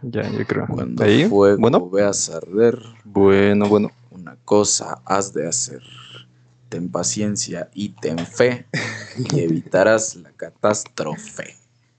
Ya, yo creo. Cuando Ahí, fuego bueno. veas arder, Bueno. una cosa has de hacer. Ten paciencia y ten fe, y evitarás la catástrofe.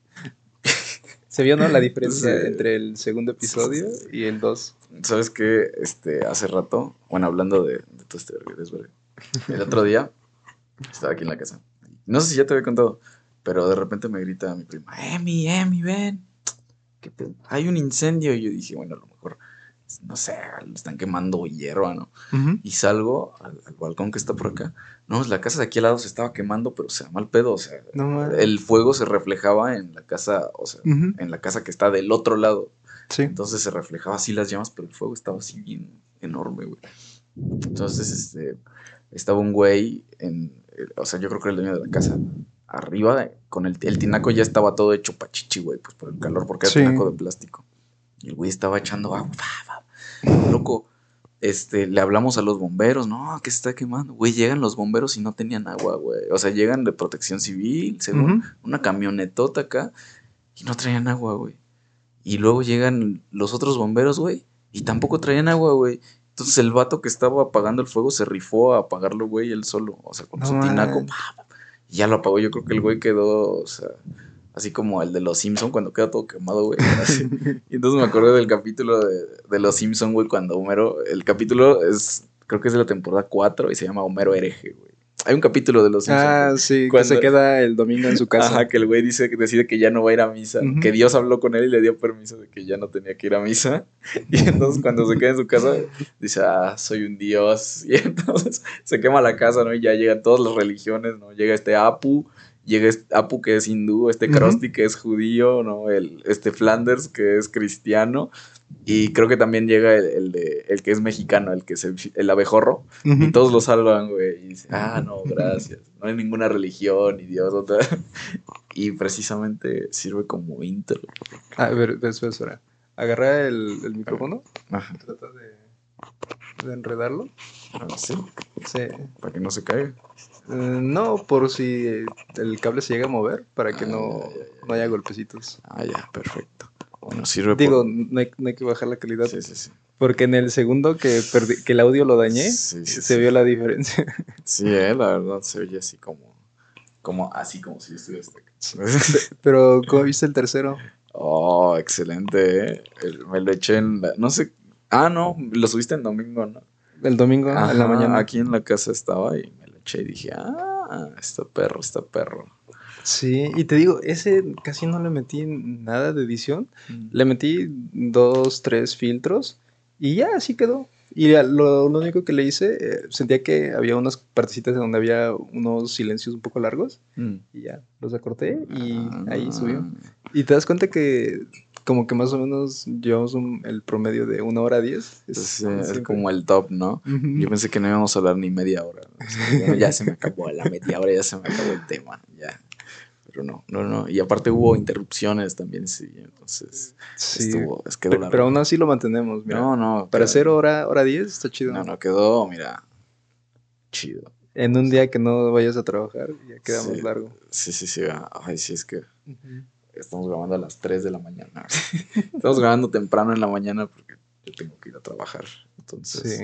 Se vio, ¿no? La diferencia Sí. entre el segundo episodio y el 2. ¿Sabes qué? Hace rato, bueno, hablando de todo este desvergue, el otro día estaba aquí en la casa. No sé si ya te había contado, pero de repente me grita mi prima, Emi, ven, ¿qué pedo? Hay un incendio. Y yo dije, bueno, a lo mejor, no sé, le están quemando hierba, ¿no? Y salgo al balcón que está por acá. No, la casa de aquí al lado se estaba quemando, pero o sea, mal pedo. O sea, No mames. el fuego se reflejaba en la casa, o sea, en la casa que está del otro lado. Sí. Entonces se reflejaba así las llamas, pero el fuego estaba así bien enorme, güey. Entonces, estaba un güey o sea, yo creo que era el dueño de la casa, arriba, con el tinaco ya estaba todo hecho pachichi, güey, pues por el calor, porque era Sí. tinaco de plástico. Y el güey estaba echando agua, loco. Le hablamos a los bomberos, no, que se está quemando. Güey, llegan los bomberos y no tenían agua, güey. O sea, llegan de protección civil, según una camionetota acá, y no traían agua, güey. Y luego llegan los otros bomberos, güey, y tampoco traían agua, güey. Entonces el vato que estaba apagando el fuego se rifó a apagarlo, güey, él solo. O sea, con No su tinaco, man. y ya lo apagó. Yo creo que el güey quedó, o sea, así como el de los Simpson cuando queda todo quemado, güey. Así. Y entonces me acordé del capítulo de los Simpson, güey, cuando Homero, el capítulo creo que es de la temporada 4 y se llama Homero hereje, güey. Hay un capítulo de los Simpsons, güey. Sí, que Cuando, se queda el domingo en su casa. ajá, que el güey decide que ya no va a ir a misa, que Dios habló con él y le dio permiso de que ya no tenía que ir a misa. Y entonces cuando se queda en su casa, dice, soy un Dios. Y entonces se quema la casa, ¿no? Y ya llegan todas las religiones, ¿no? Llega Apu que es hindú, Krusty que es judío, ¿no? Flanders que es cristiano. Y creo que también llega el que es mexicano, el abejorro. Y todos lo salvan, güey. Y dice, no, gracias. No hay ninguna religión ni Dios. Otra. Y precisamente sirve como intro. A ver, espera. Agarra el micrófono. Ajá. Trata de enredarlo. ¿Sí? Sí. Para que no se caiga. No, por si el cable se llega a mover, para que no haya golpecitos. Ya, perfecto. Bueno, sirve Digo, no hay que bajar la calidad. Sí. Porque en el segundo que el audio lo dañé, se vio la diferencia. Sí, la verdad se oye así así como si estuviera acá. Pero, ¿cómo viste el tercero? Oh, excelente, me lo eché no sé. No, lo subiste en domingo, ¿no? El domingo, en la mañana. Aquí en la casa estaba y me lo eché y dije, está perro. Sí, y te digo, ese casi no le metí nada de edición. Le metí 2, 3 filtros y ya así quedó. Y lo único que le hice, sentía que había unas partecitas en donde había unos silencios un poco largos. Y ya, los acorté y ahí subió. Y te das cuenta que como que más o menos llevamos el promedio de 1 hora 10. Es como el top, ¿no? Yo pensé que no íbamos a hablar ni media hora, ¿no? O sea, bueno, ya se me acabó la media hora, ya se me acabó el tema, ya. Pero no. Y aparte hubo interrupciones también, sí. Entonces, quedó largo. Pero aún así lo mantenemos, mira. No. Para hacer hora 10 está chido. No, quedó, mira, chido. En un día que no vayas a trabajar, ya queda más largo. Sí. Ay, sí, es que estamos grabando a las 3 de la mañana. Estamos grabando temprano en la mañana porque yo tengo que ir a trabajar. Entonces,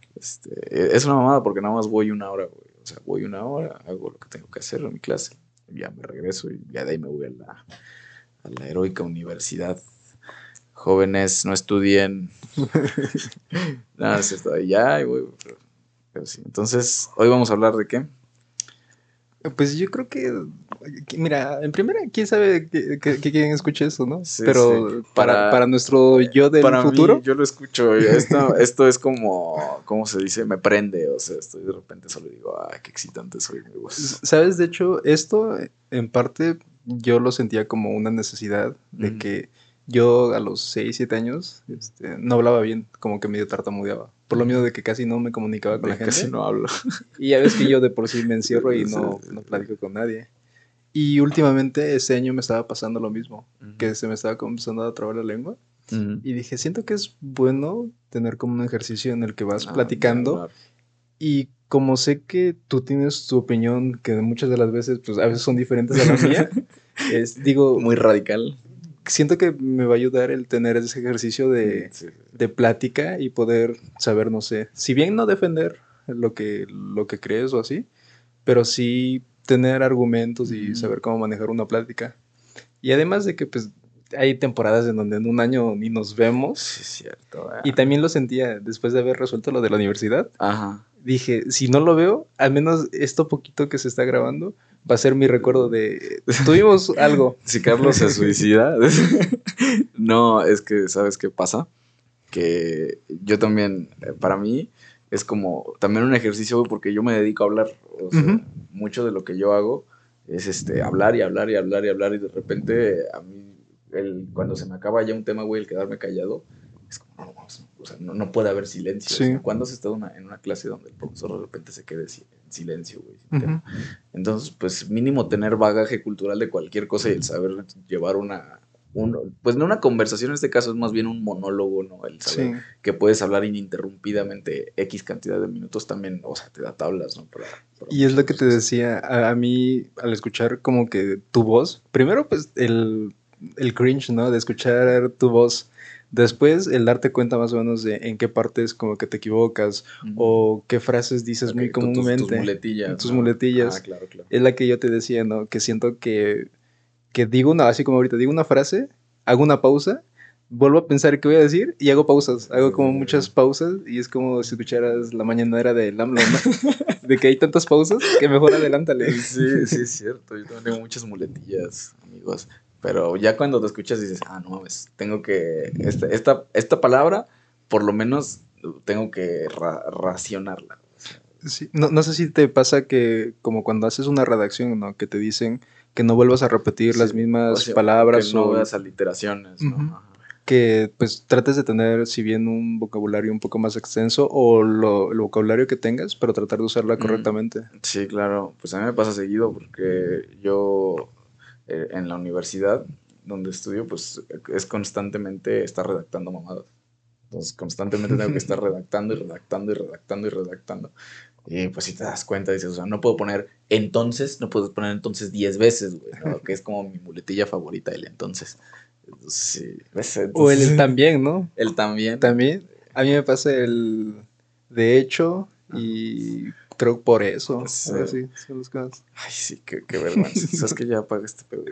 es una mamada porque nada más voy 1 hora, güey. O sea, voy 1 hora, hago lo que tengo que hacer en mi clase. Ya me regreso y ya de ahí me voy a la heroica universidad. Jóvenes, no estudien. Nada, es esto. Ya, güey. Pero sí. Entonces, hoy vamos a hablar de qué. Pues yo creo que, mira, en primera, quién sabe que quien escuche eso, ¿no? Sí, pero para nuestro yo del futuro. Mí, yo lo escucho. Esto es como, ¿cómo se dice? Me prende. O sea, estoy de repente solo digo, qué excitante soy. Me gusta. ¿Sabes? De hecho, esto en parte yo lo sentía como una necesidad de que yo a los 6, 7 años no hablaba bien, como que medio tartamudeaba. Por lo mismo de que casi no me comunicaba con la gente. Casi no hablo. Y ya ves que yo de por sí me encierro y no platico con nadie. Y últimamente este año me estaba pasando lo mismo, que se me estaba comenzando a trabar la lengua. Y dije, siento que es bueno tener como un ejercicio en el que vas platicando. Y como sé que tú tienes tu opinión, que muchas de las veces, pues a veces son diferentes a la mía, digo... Muy radical. siento que me va a ayudar el tener ese ejercicio de plática y poder saber, no sé, si bien no defender lo que crees o así, pero sí tener argumentos y saber cómo manejar una plática. Y además de que pues hay temporadas en donde en un año ni nos vemos. Sí, es cierto. Y también lo sentía después de haber resuelto lo de la universidad. Ajá. Dije, si no lo veo, al menos esto poquito que se está grabando va a ser mi recuerdo de... Tuvimos algo. Si Carlos se suicida. No, es que, ¿sabes qué pasa? Que yo también, para mí, es como también un ejercicio, güey, porque yo me dedico a hablar. O sea, mucho de lo que yo hago es hablar y hablar y hablar y hablar. Y de repente, a mí, cuando se me acaba ya un tema, güey, el quedarme callado, es como, no, o sea, no puede haber silencio. Sí. O sea, ¿cuándo has estado en una clase donde el profesor de repente se quede en silencio, güey? Sin tema? Entonces, pues mínimo tener bagaje cultural de cualquier cosa y el saber llevar pues no una conversación, en este caso es más bien un monólogo, ¿no? El saber que puedes hablar ininterrumpidamente X cantidad de minutos también, o sea, te da tablas, ¿no? Y es lo que te decía, a mí al escuchar como que tu voz, primero pues el cringe, ¿no? De escuchar tu voz. Después el darte cuenta más o menos de en qué partes como que te equivocas o qué frases dices muy comúnmente. Tus muletillas. Tus muletillas. Claro. Es la que yo te decía, ¿no? Que siento que digo una, así como ahorita, digo una frase, hago una pausa, vuelvo a pensar qué voy a decir y hago pausas. Hago como muchas pausas y es como si escucharas la mañanera de AMLO, ¿no? De que hay tantas pausas que mejor adelántale. Sí, es cierto. Yo también tengo muchas muletillas, amigos. Pero ya cuando te escuchas dices, no mames, tengo que. Esta palabra, por lo menos, tengo que racionarla. Sí. No sé si te pasa que, como cuando haces una redacción, ¿no? Que te dicen que no vuelvas a repetir las mismas palabras. Que no veas aliteraciones, ¿no? Que pues trates de tener, si bien un vocabulario un poco más extenso o el vocabulario que tengas, pero tratar de usarla correctamente. Sí, claro. Pues a mí me pasa seguido porque yo en la universidad donde estudio, pues es constantemente estar redactando mamadas. Entonces constantemente tengo que estar redactando y redactando y redactando y redactando. Y pues si te das cuenta, dices, o sea, no puedo poner entonces, no puedo poner entonces 10 veces, güey, ¿no? Que es como mi muletilla favorita, el entonces. Sí, entonces, o el también, ¿no? El también. También. A mí me pasa el de hecho y creo por eso. Sí. Ahora sí, son los casos. Ay, sí, qué vergüenza. Sabes que ya apaga este pedo.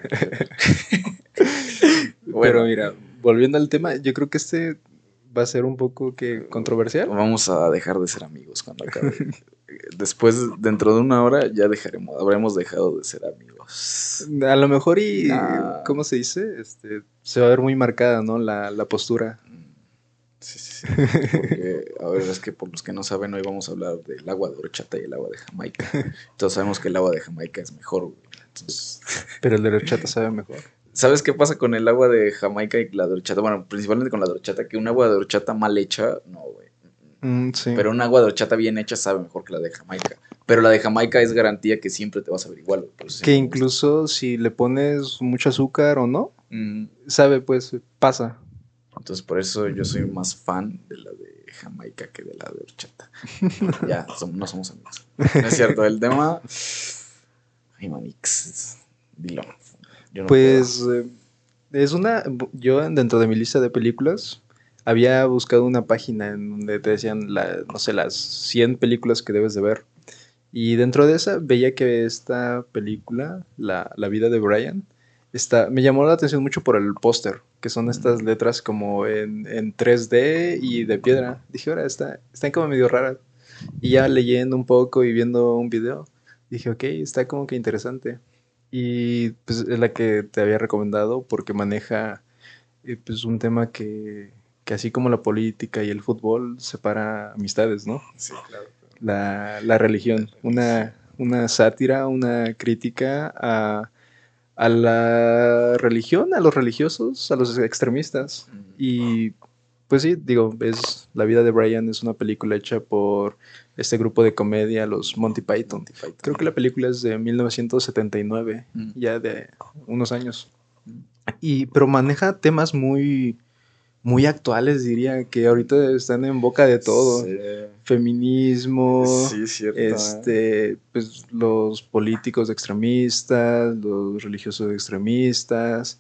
Pero mira, volviendo al tema, yo creo que este va a ser un poco que controversial. Vamos a dejar de ser amigos cuando acabe. Después, dentro de una hora, ya habremos dejado de ser amigos. A lo mejor ¿cómo se dice? Se va a ver muy marcada, ¿no? La postura. Sí. Porque, a ver, es que por los que no saben, hoy vamos a hablar del agua de horchata y el agua de Jamaica. Entonces sabemos que el agua de Jamaica es mejor, güey. Entonces... Pero el de horchata sabe mejor. ¿Sabes qué pasa con el agua de Jamaica y la de horchata? Bueno, principalmente con la de horchata, que un agua de horchata mal hecha, no, güey. Sí. Pero un agua de horchata bien hecha sabe mejor que la de Jamaica. Pero la de Jamaica es garantía que siempre te vas a ver igual. Que incluso si le pones mucho azúcar o no, sabe, pues pasa. Entonces por eso yo soy más fan de la de Jamaica que de la de horchata. Ya, no somos amigos. No es cierto, el tema... Ay, Manix, dilo. Yo no pues es yo dentro de mi lista de películas había buscado una página en donde te decían, no sé, las 100 películas que debes de ver. Y dentro de esa veía que esta película, La vida de Brian, me llamó la atención mucho por el póster, que son estas letras como en 3D y de piedra. Dije, ahora están como medio raras. Y ya leyendo un poco y viendo un video, dije, ok, está como que interesante. Y pues es la que te había recomendado porque maneja pues un tema que así como la política y el fútbol separa amistades, ¿no? Sí, claro. La religión, una sátira, una crítica a la religión, a los religiosos, a los extremistas. Y pues sí, digo, La vida de Brian es una película hecha por este grupo de comedia, los Monty Python. Creo que la película es de 1979, ya de unos años. Pero maneja temas muy, muy actuales, diría, que ahorita están en boca de todo. Sí. Feminismo, sí, cierto, pues los políticos extremistas, los religiosos extremistas,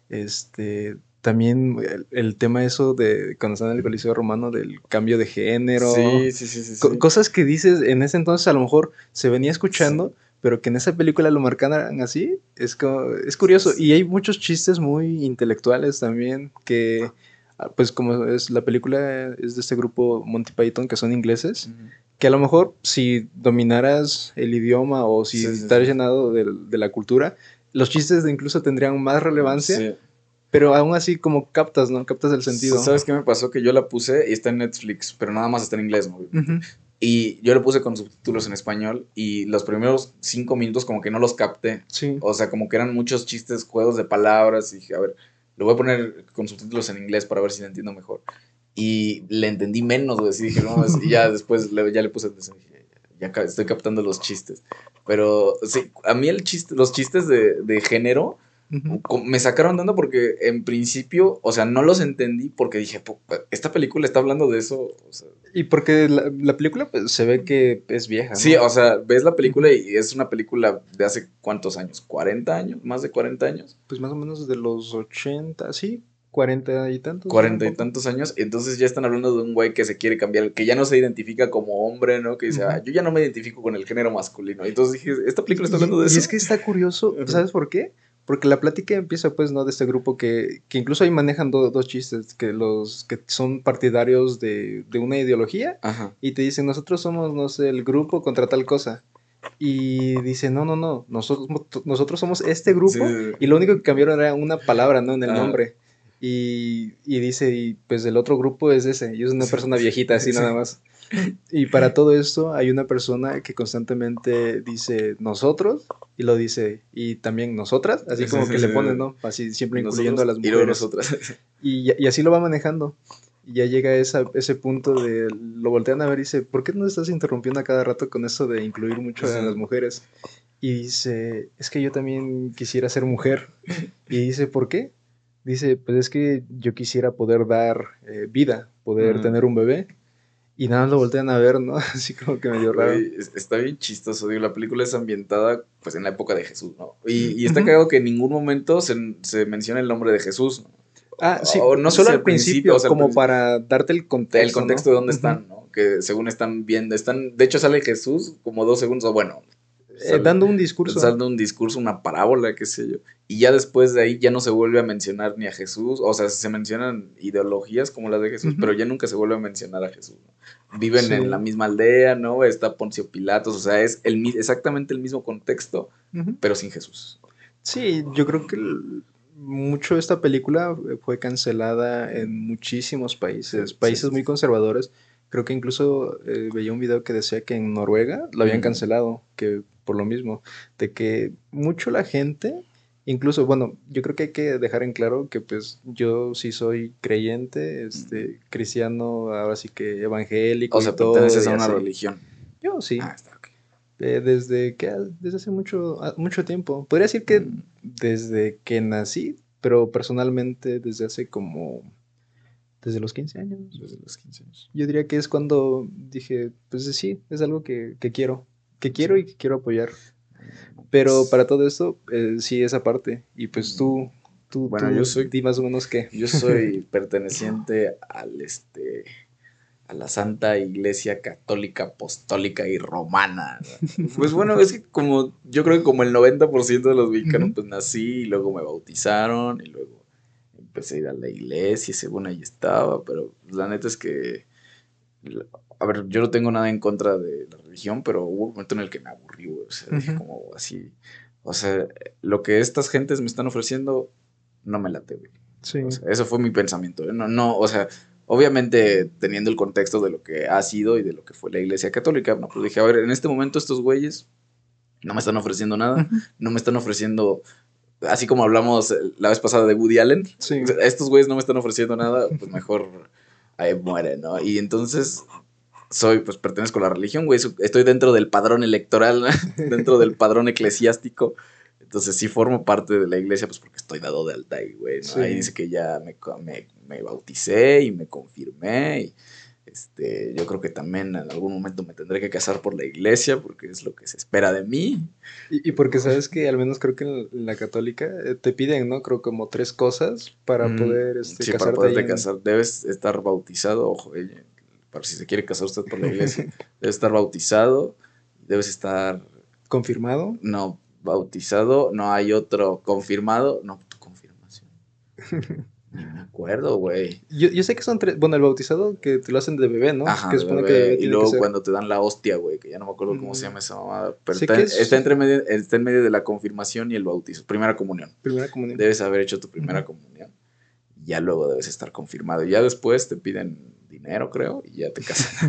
También el tema eso de cuando están en el Coliseo Romano del cambio de género. Sí, sí, sí, sí, sí. Cosas que dices en ese entonces a lo mejor se venía escuchando, Sí. pero que en esa película lo marcaran así, es curioso. Sí. Y hay muchos chistes muy intelectuales también que, pues como es la película es de este grupo Monty Python que son ingleses, que a lo mejor si dominaras el idioma o si Sí, sí, estás sí. llenado de la cultura, los chistes incluso tendrían más relevancia, Sí. pero aún así como captas, ¿no? Captas el sentido. ¿Sabes qué me pasó? Que yo la puse y está en Netflix, pero nada más está en inglés, ¿no? Obviamente. Ujú. Y yo le puse con subtítulos en español y los primeros 5 minutos como que no los capté. Sí. O sea, como que eran muchos chistes, juegos de palabras y dije, a ver, lo voy a poner con subtítulos en inglés para ver si le entiendo mejor. Y le entendí menos, güey, así dije, no, y ya después ya le puse atención, dije, ya estoy captando los chistes. Pero sí, a mí los chistes de género Ujú. me sacaron de onda porque en principio, o sea, no los entendí porque dije, esta película está hablando de eso, o sea, Y porque la película pues, se ve que es vieja, sí, ¿no? o sea, ves la película Ujú. y es una película de hace cuántos años, ¿40 años? ¿Más de 40 años? Pues más o menos de los 80 sí, 40 y tantos, ya un 40 y poco. tantos años, entonces ya están hablando de un güey que se quiere cambiar, que ya no se identifica como hombre, ¿no? Que dice, Ujú. yo ya no me identifico con el género masculino. Entonces dije, ¿esta película está Y, hablando de y es eso? que está curioso, Ajá. ¿sabes por qué? Porque la plática empieza pues, ¿no? De este grupo que incluso ahí manejan dos chistes, que los que son partidarios de una ideología Ajá. y te dicen, nosotros somos, no sé, el grupo contra tal cosa. Y dice, no, no, no, nosotros somos este Sí, grupo sí, y lo único que cambiaron era una palabra, ¿no? En el ajá. nombre. Y dice, y pues el otro grupo es ese, y es una Sí, persona viejita, así sí. nada más. Y para todo esto hay una persona que constantemente dice nosotros y lo dice y también nosotras, así como que le ponen, ¿no? Así siempre incluyendo a Nosotros las y luego mujeres. nosotras. Y así lo va manejando. Y ya llega a ese punto de, lo voltean a ver y dice, ¿por qué no estás interrumpiendo a cada rato con eso de incluir mucho a las Sí. mujeres? Y dice, es que yo también quisiera ser mujer. Y dice, ¿por qué? Dice, pues es que yo quisiera poder dar vida, poder Ajá. tener un bebé. Y nada más lo voltean a ver, ¿no? Así como que medio raro. Güey, está bien chistoso, digo, la película es ambientada pues en la época de Jesús, ¿no? Y está Ujú. cagado que en ningún momento se menciona el nombre de Jesús, ¿no? Ah, sí, O no sé solo si al al principio, o principio, sea, como para darte el el contexto, ¿no? contexto de dónde Ujú. están, ¿no? Que según están viendo, de hecho sale Jesús como 2 segundos, o bueno, sale, Dando un discurso. sale un discurso, una parábola, qué sé yo, y ya después de ahí ya no se vuelve a mencionar ni a Jesús, o sea, se mencionan ideologías como las de Jesús, Ujú. pero ya nunca se vuelve a mencionar a Jesús, ¿no? Viven en la Sí. misma aldea, ¿no? Está Poncio Pilatos, o sea, es exactamente el mismo contexto, Ujú. pero sin Jesús. Sí, yo creo que mucho de esta película fue cancelada en muchísimos Sí, países, sí, países sí, muy sí. conservadores. Creo que incluso veía un video que decía que en Noruega lo habían Mm, cancelado, que por lo mismo, de que mucho la gente, incluso, bueno, yo creo que hay que dejar en claro que pues yo sí soy creyente, mm. cristiano, ahora sí que O evangélico y sea, todo perteneces y a una así. religión. Yo sí. Ah, está ok. Desde hace mucho tiempo. Podría decir que Mm, desde que nací, pero personalmente desde hace como, desde los 15 años. desde los 15 años. Yo diría que es cuando dije, pues sí, es algo que Sí. quiero y que quiero apoyar. No, Pero pues, para todo esto, sí, esa parte. Y pues mm, bueno, tú di más o menos qué. yo soy perteneciente a la Santa Iglesia Católica, Apostólica y Romana, ¿no? Pues bueno, es que como, yo creo que como el 90% de los mexicanos, Ujú. pues nací y luego me bautizaron y luego empecé a ir a la iglesia y según ahí estaba, pero la neta es que, a ver, yo no tengo nada en contra de la religión, pero hubo un momento en el que me aburrí, güey, o sea, dije Ujú. como así, o sea, lo que estas gentes me están ofreciendo no me late, güey. Sí. O sea, eso fue mi pensamiento, ¿eh? No, no, o sea, obviamente teniendo el contexto de lo que ha sido y de lo que fue la Iglesia Católica, no, pues dije, a ver, en este momento estos güeyes no me están ofreciendo nada, Ujú. no me están ofreciendo, así como hablamos la vez pasada de Woody Allen, Sí. estos güeyes no me están ofreciendo nada, pues mejor ahí muere, ¿no? Y entonces pues pertenezco a la religión, güey, estoy dentro del padrón electoral, ¿no? Dentro del padrón eclesiástico. Entonces sí formo parte de la iglesia, pues porque estoy dado de alta ahí, güey, ¿no? Ahí Sí. dice que ya me bauticé y me confirmé. Y, Yo creo que también en algún momento me tendré que casar por la iglesia porque es lo que se espera de mí. Y porque sabes que al menos creo que en la católica te piden, ¿no? Creo como 3 cosas para poder Sí, para casarte ahí poderte en... casar debes estar bautizado, ojo, para si se quiere casar usted por la iglesia, debes estar bautizado, debes estar, ¿Confirmado? no, bautizado, no hay otro confirmado, no, tu confirmación, ni me acuerdo, güey. Yo sé que son 3, bueno, el bautizado que te lo hacen de bebé, ¿no? Ajá, Que de supone que de bebé. bebé Y tiene que luego ser. cuando te dan la hostia, güey, que ya no me acuerdo cómo se Mm, llama esa mamada. Pero sé que está es está en medio de la confirmación y el bautizo. Primera comunión. primera comunión. Debes haber hecho tu Ujú. primera comunión. Y ya luego debes estar confirmado. Y ya después te piden dinero, creo, y ya te casan.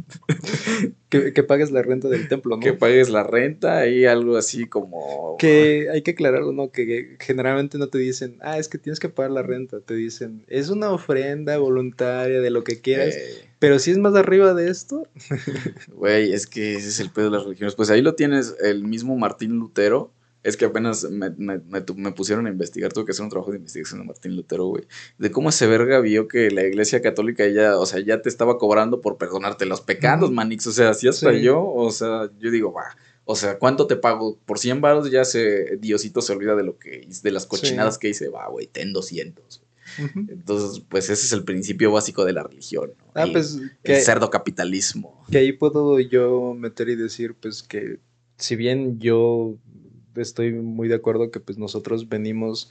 Que pagues la renta del templo, Que ¿no? pagues la renta y algo así como. Que hay que aclararlo, ¿no? Que generalmente no te dicen, es que tienes que pagar la renta. Te dicen, es una ofrenda voluntaria de lo que quieras. eh, Pero si es más arriba de esto, Güey, es que ese es el pedo de las religiones. Pues ahí lo tienes, el mismo Martín Lutero. Es que apenas me pusieron a investigar, tuve que hacer un trabajo de investigación de Martín Lutero, güey. De cómo ese verga vio que la iglesia católica ya, o sea, ya te estaba cobrando por perdonarte los pecados, ujú, manix. O sea, así hasta sí, yo, o sea, yo digo, va. O sea, ¿cuánto te pago? Por 100 varos ya se, Diosito se olvida de lo que hice, de las sí. cochinadas que hice, va, güey, ten 200. Ujú. Entonces, pues ese es el principio básico de la religión, ¿no? Pues El cerdo capitalismo. que ahí puedo yo meter y decir, pues que si bien yo estoy muy de acuerdo que pues nosotros venimos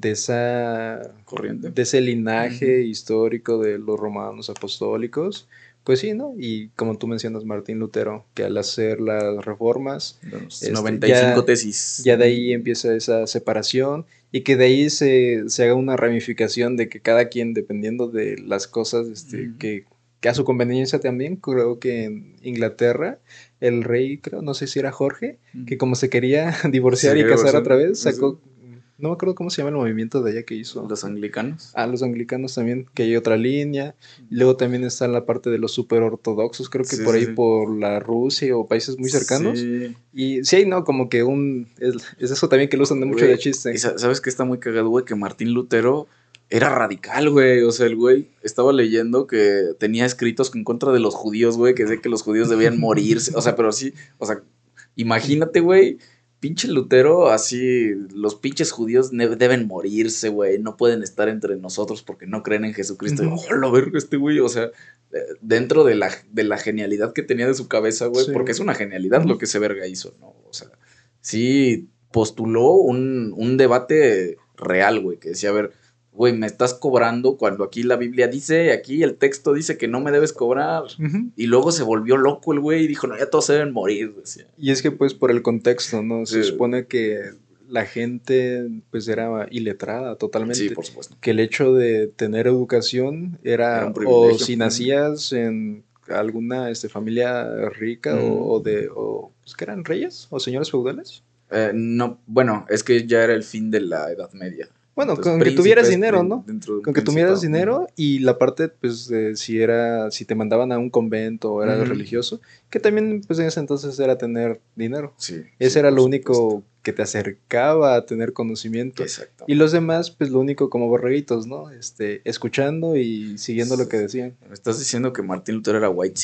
Corriente. de ese Ujú. linaje histórico de los romanos apostólicos, pues sí, ¿no? Y como tú mencionas, Martín Lutero, que al hacer las reformas, Los 95 ya, tesis. ya de ahí empieza esa separación y que de ahí se haga una ramificación de que cada quien, dependiendo de las cosas Ujú. que a su conveniencia también, creo que en Inglaterra, el rey, creo, no sé si era Jorge, que Ujú. como se quería Se divorciar y quiere casar divorciar. otra vez, sacó, no me acuerdo cómo se llama el movimiento de allá que hizo. Los anglicanos. A los anglicanos también, que hay otra línea. Y luego también está la parte de los super ortodoxos, creo que Sí, por sí, ahí sí. por la Rusia o países muy cercanos. Sí. Y sí hay, ¿no? Como que es eso también que lo usan de mucho de Güey, y chiste. ¿sabes qué está muy cagado, güey? Que Martín Lutero era radical, güey. O sea, el güey estaba leyendo que tenía escritos en contra de los judíos, güey, que sé que los judíos debían morirse. O sea, pero sí, o sea, imagínate, güey, pinche Lutero, así, los pinches judíos deben morirse, güey. No pueden estar entre nosotros porque no creen en Jesucristo. Y, Ujú. oh, la verga, este güey, o sea, dentro de la genialidad que tenía de su cabeza, güey, Sí. porque es una genialidad lo Ujú. que ese verga hizo, ¿no? O sea, sí postuló un debate real, güey, que decía, a ver, güey, me estás cobrando cuando aquí la Biblia dice, aquí el texto dice que no me debes cobrar. Ujú. Y luego se volvió loco el güey y dijo, no, ya todos se deben morir, decía. Y es que pues por el contexto, ¿no? Se Sí, supone que la gente pues era iletrada sí, totalmente. por supuesto. Que el hecho de tener educación Era era un o privilegio. si nacías en alguna familia rica o pues que eran reyes o señores feudales. No, bueno, es que ya era el fin de la Edad Media. Bueno, Entonces, con que tuvieras príncipes dinero, ¿no? dentro de un Con que tuvieras principado. dinero y la parte, pues, de si te mandaban a un convento o eras Ujú. religioso, que también, pues, en ese entonces era tener dinero. Sí, sí, Ese era por lo supuesto. único que te acercaba a tener conocimiento. Y los Exactamente. demás, pues, lo único como borreguitos, ¿no? Escuchando y siguiendo lo que decían. ¿Me estás diciendo que Martín Lutero era white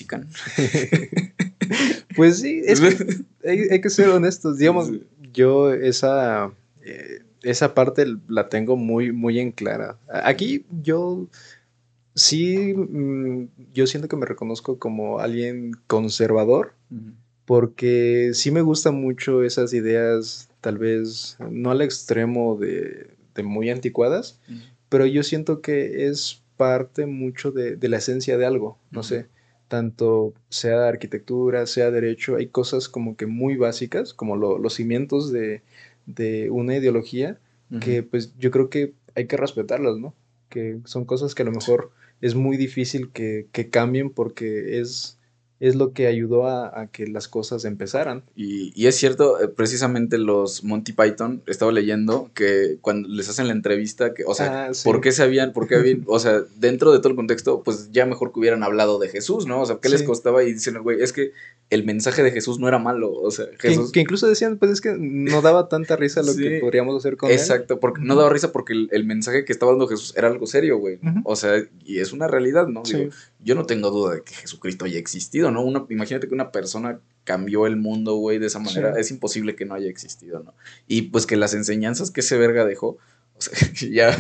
Pues sí, es que hay que ser honestos. Digamos, Sí. yo esa parte la tengo muy, muy en clara. Aquí yo sí, yo siento que me reconozco como alguien conservador, Ujú. porque sí me gustan mucho esas ideas, tal vez no al extremo de muy anticuadas, Ujú. pero yo siento que es parte mucho de la esencia de algo, no Ujú. sé, tanto sea arquitectura, sea derecho, hay cosas como que muy básicas, como los cimientos de una ideología, Ujú. que pues yo creo que hay que respetarlas, ¿no? Que son cosas que a lo mejor es muy difícil que cambien porque es lo que ayudó a que las cosas empezaran. Y es cierto, precisamente los Monty Python, estaba leyendo que cuando les hacen la entrevista, que, o sea, ¿por Sí, qué sabían, por qué habían, o sea, dentro de todo el contexto, pues ya mejor que hubieran hablado de Jesús, ¿no? O sea, ¿qué les sí. costaba? Y dicen, güey, es que el mensaje de Jesús no era malo, o sea, Jesús, Que incluso decían, pues es que no daba tanta risa lo que sí, podríamos hacer con él. exacto, porque no Ujú, daba risa porque el mensaje que estaba dando Jesús era algo serio, güey, ¿no? ujú, O sea, y es una realidad, ¿no? Digo, sí. yo no tengo duda de que Jesucristo haya existido, ¿no? Imagínate que una persona cambió el mundo, güey, de esa manera. Sí. Es imposible que no haya existido, ¿no? Y pues que las enseñanzas que ese verga dejó, o sea, ya...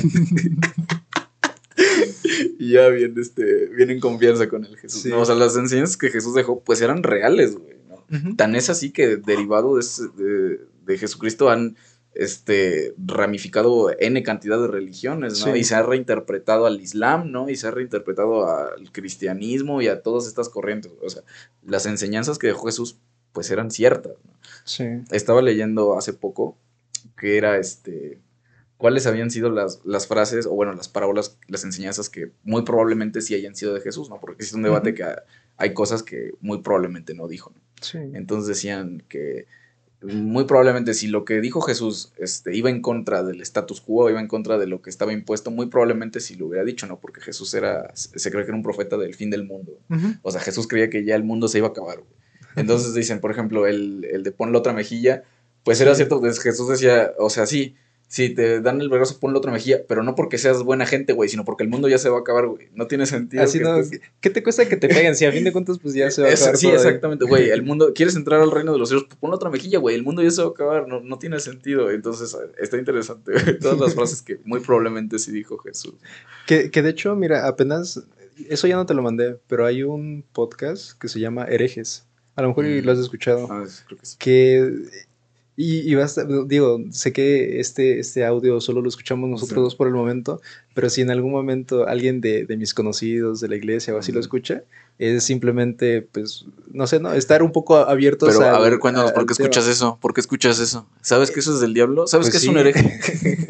y ya vienen confianza con el Jesús. Sí. ¿No? O sea, las enseñanzas que Jesús dejó, pues eran reales, güey, ¿no? Tan es así que derivado de Jesucristo han ramificado N cantidad de religiones, ¿no? Sí. Y se ha reinterpretado al Islam, ¿no? Y se ha reinterpretado al cristianismo y a todas estas corrientes. O sea, las enseñanzas que dejó Jesús, pues eran ciertas, ¿no? Sí. Estaba leyendo hace poco que era cuáles habían sido las frases, o bueno, las parábolas, las enseñanzas que muy probablemente sí hayan sido de Jesús, ¿no? Porque existe un debate que hay cosas que muy probablemente no dijo, ¿no? Sí. Entonces decían que muy probablemente si lo que dijo Jesús iba en contra del status quo, iba en contra de lo que estaba impuesto, muy probablemente si lo hubiera dicho, ¿no? Porque Jesús se cree que era un profeta del fin del mundo. O sea, Jesús creía que ya el mundo se iba a acabar, güey. Entonces dicen, por ejemplo, el de pon la otra mejilla, pues era cierto, Jesús decía, o sea, sí, te dan el vergazo, pon la otra mejilla, pero no porque seas buena gente, güey, sino porque el mundo ya se va a acabar, güey. No tiene sentido. Así no, ¿qué te cuesta que te peguen? Si a fin de cuentas, pues ya se va a acabar. Sí, exactamente, güey. El mundo, ¿quieres entrar al reino de los cielos? Pues pon la otra mejilla, güey. El mundo ya se va a acabar, no tiene sentido. Entonces, está interesante, güey. Todas las frases que muy probablemente sí dijo Jesús. Que de hecho, mira, apenas, eso ya no te lo mandé, pero hay un podcast que se llama Herejes. A lo mejor lo has escuchado. Sí, creo que sí. Que... Y basta, digo, sé que este audio solo lo escuchamos nosotros dos por el momento, pero si en algún momento alguien de mis conocidos de la iglesia o así lo escucha, es simplemente, pues, no sé, ¿no? Estar un poco abiertos a... Pero, a ver, cuéntanos, ¿por qué escuchas eso? ¿Por qué escuchas eso? ¿Sabes que eso es del diablo? ¿Sabes pues que es un hereje?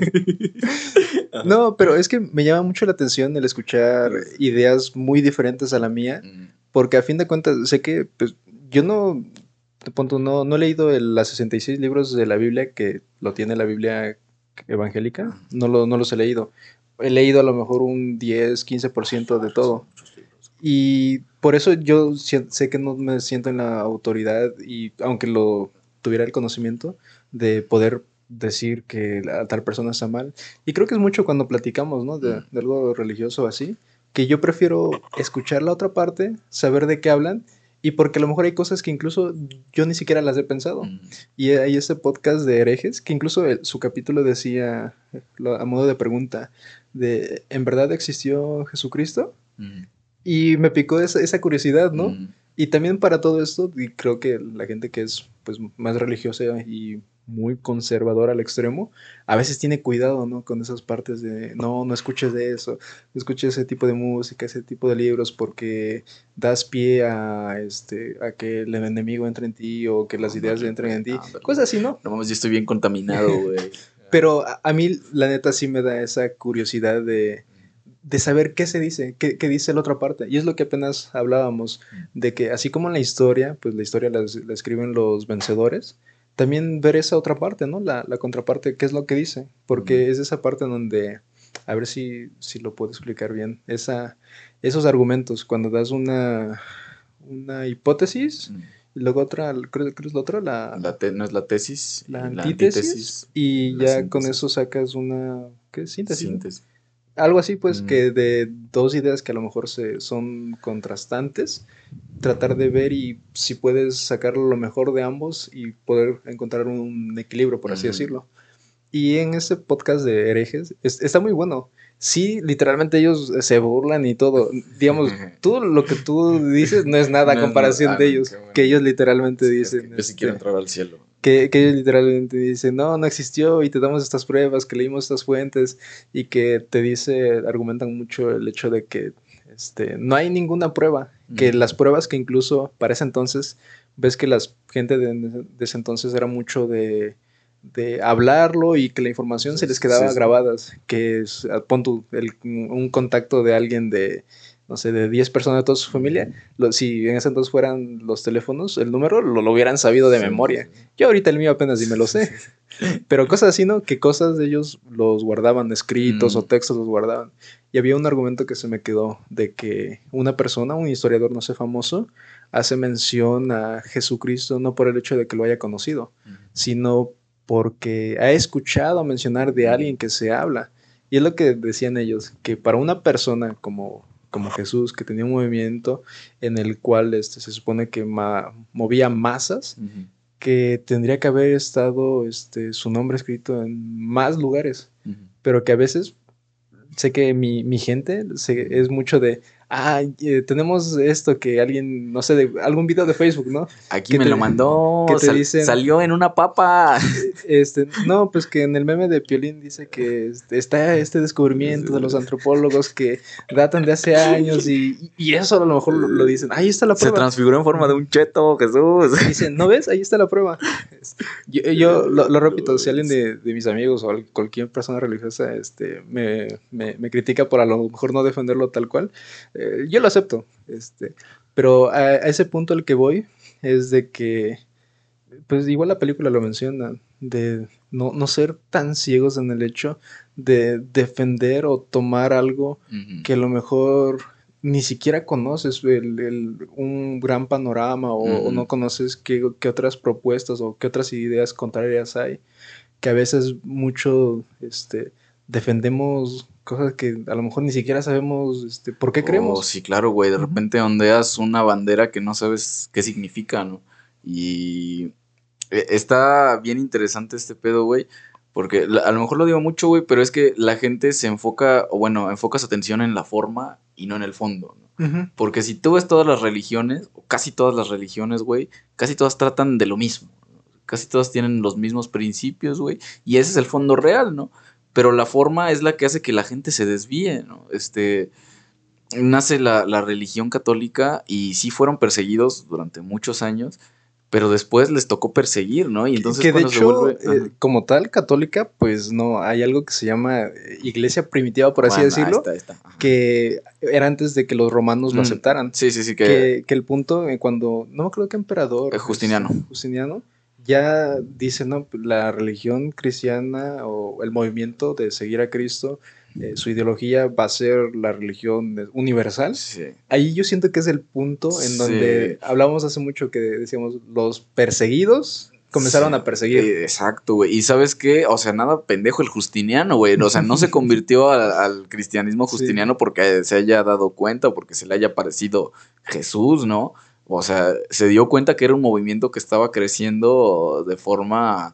No, pero es que me llama mucho la atención el escuchar ideas muy diferentes a la mía, porque a fin de cuentas, sé que, pues, yo no he leído las 66 libros de la Biblia que lo tiene la Biblia evangélica, no los he leído. He leído a lo mejor un 10-15% de todo. Y por eso yo sé que no me siento en la autoridad, y aunque lo tuviera el conocimiento, de poder decir que tal persona está mal. Y creo que es mucho cuando platicamos, ¿no? De algo religioso así, que yo prefiero escuchar la otra parte, saber de qué hablan, y porque a lo mejor hay cosas que incluso yo ni siquiera las he pensado. Y hay este podcast de herejes, que incluso su capítulo decía, a modo de pregunta, de ¿en verdad existió Jesucristo? Y me picó esa curiosidad, ¿no? Y también para todo esto, y creo que la gente que es pues más religiosa y muy conservadora al extremo, a veces tiene cuidado, ¿no? Con esas partes de, no escuches de eso, no escuches ese tipo de música, ese tipo de libros, porque das pie a que el enemigo entre en ti, o que las ideas entren en ti, cosas así, ¿no? No mames, yo estoy bien contaminado, güey. Pero a mí, la neta, sí me da esa curiosidad de saber qué se dice, qué dice la otra parte. Y es lo que apenas hablábamos, de que así como en la historia, pues la historia la escriben los vencedores, también ver esa otra parte, ¿no? La contraparte, qué es lo que dice. Porque es esa parte donde, a ver si lo puedo explicar bien, esos argumentos, cuando das una hipótesis, y luego otra, creo que es la otra, no es la tesis, la antítesis, y ya síntesis. Con eso sacas una, ¿qué? Síntesis. Algo así, pues, que de dos ideas que a lo mejor son contrastantes, tratar de ver y si puedes sacar lo mejor de ambos y poder encontrar un equilibrio, por así decirlo. Y en ese podcast de herejes, está muy bueno. Sí, literalmente ellos se burlan y todo. Digamos, todo lo que tú dices no es nada a comparación de ellos. Bueno. Que ellos literalmente dicen... yo sí quiero entrar al cielo. Que ellos literalmente dicen, no existió, y te damos estas pruebas, que leímos estas fuentes, y que argumentan mucho el hecho de que no hay ninguna prueba. Que las pruebas que incluso para ese entonces, ves que la gente de ese entonces era mucho de hablarlo, y que la información se les quedaba grabadas, que es, pon tú, un contacto de alguien de, no sé, de 10 personas de toda su familia, si en ese entonces fueran los teléfonos, el número lo hubieran sabido de memoria. Yo ahorita el mío apenas me lo sé. Pero cosas así, ¿no? Que cosas de ellos los guardaban escritos o textos los guardaban. Y había un argumento que se me quedó, de que una persona, un historiador no sé famoso, hace mención a Jesucristo no por el hecho de que lo haya conocido, sino porque ha escuchado mencionar de alguien que se habla. Y es lo que decían ellos, que para una persona como como Jesús, que tenía un movimiento en el cual se supone que movía masas, que tendría que haber estado su nombre escrito en más lugares, pero que a veces sé que mi gente es mucho de, tenemos esto que alguien, no sé, de algún video de Facebook, ¿no? Aquí me lo mandó, que te dicen, salió en una papa. No, pues que en el meme de Piolín dice que está este descubrimiento de los antropólogos que datan de hace años y eso a lo mejor lo dicen, ahí está la prueba. Se transfiguró en forma de un cheto, Jesús. Dicen, ¿no ves? Ahí está la prueba. Yo lo repito, si alguien de mis amigos o cualquier persona religiosa me critica por a lo mejor no defenderlo tal cual, yo lo acepto. Pero a ese punto al que voy es de que, pues igual la película lo menciona, de no ser tan ciegos en el hecho de defender o tomar algo que a lo mejor ni siquiera conoces un gran panorama o no conoces qué otras propuestas o qué otras ideas contrarias hay, que a veces mucho defendemos cosas que a lo mejor ni siquiera sabemos por qué creemos. Sí, claro, güey, de repente ondeas una bandera que no sabes qué significa, ¿no? Y está bien interesante este pedo, güey, porque a lo mejor lo digo mucho, güey, pero es que la gente se enfoca, o bueno, enfoca su atención en la forma y no en el fondo, ¿no? Porque si tú ves todas las religiones, o casi todas las religiones, güey, casi todas tratan de lo mismo. Casi todas tienen los mismos principios, güey, y ese es el fondo real, ¿no? Pero la forma es la que hace que la gente se desvíe, ¿no? Nace la religión católica y sí fueron perseguidos durante muchos años, pero después les tocó perseguir, ¿no? Y entonces que de hecho, como tal, católica, pues no, hay algo que se llama iglesia primitiva, por así decirlo, está. Que era antes de que los romanos lo aceptaran. Sí. Que el punto, cuando, no me acuerdo qué emperador. Justiniano. Justiniano, ya dice, no, la religión cristiana o el movimiento de seguir a Cristo, su ideología va a ser la religión universal. Sí. Ahí yo siento que es el punto en donde hablamos hace mucho que decíamos los perseguidos comenzaron a perseguir. Exacto, güey. Y ¿sabes qué? O sea, nada pendejo el Justiniano, güey. O sea, no se convirtió al cristianismo justiniano porque se haya dado cuenta o porque se le haya parecido Jesús, ¿no? O sea, se dio cuenta que era un movimiento que estaba creciendo de forma,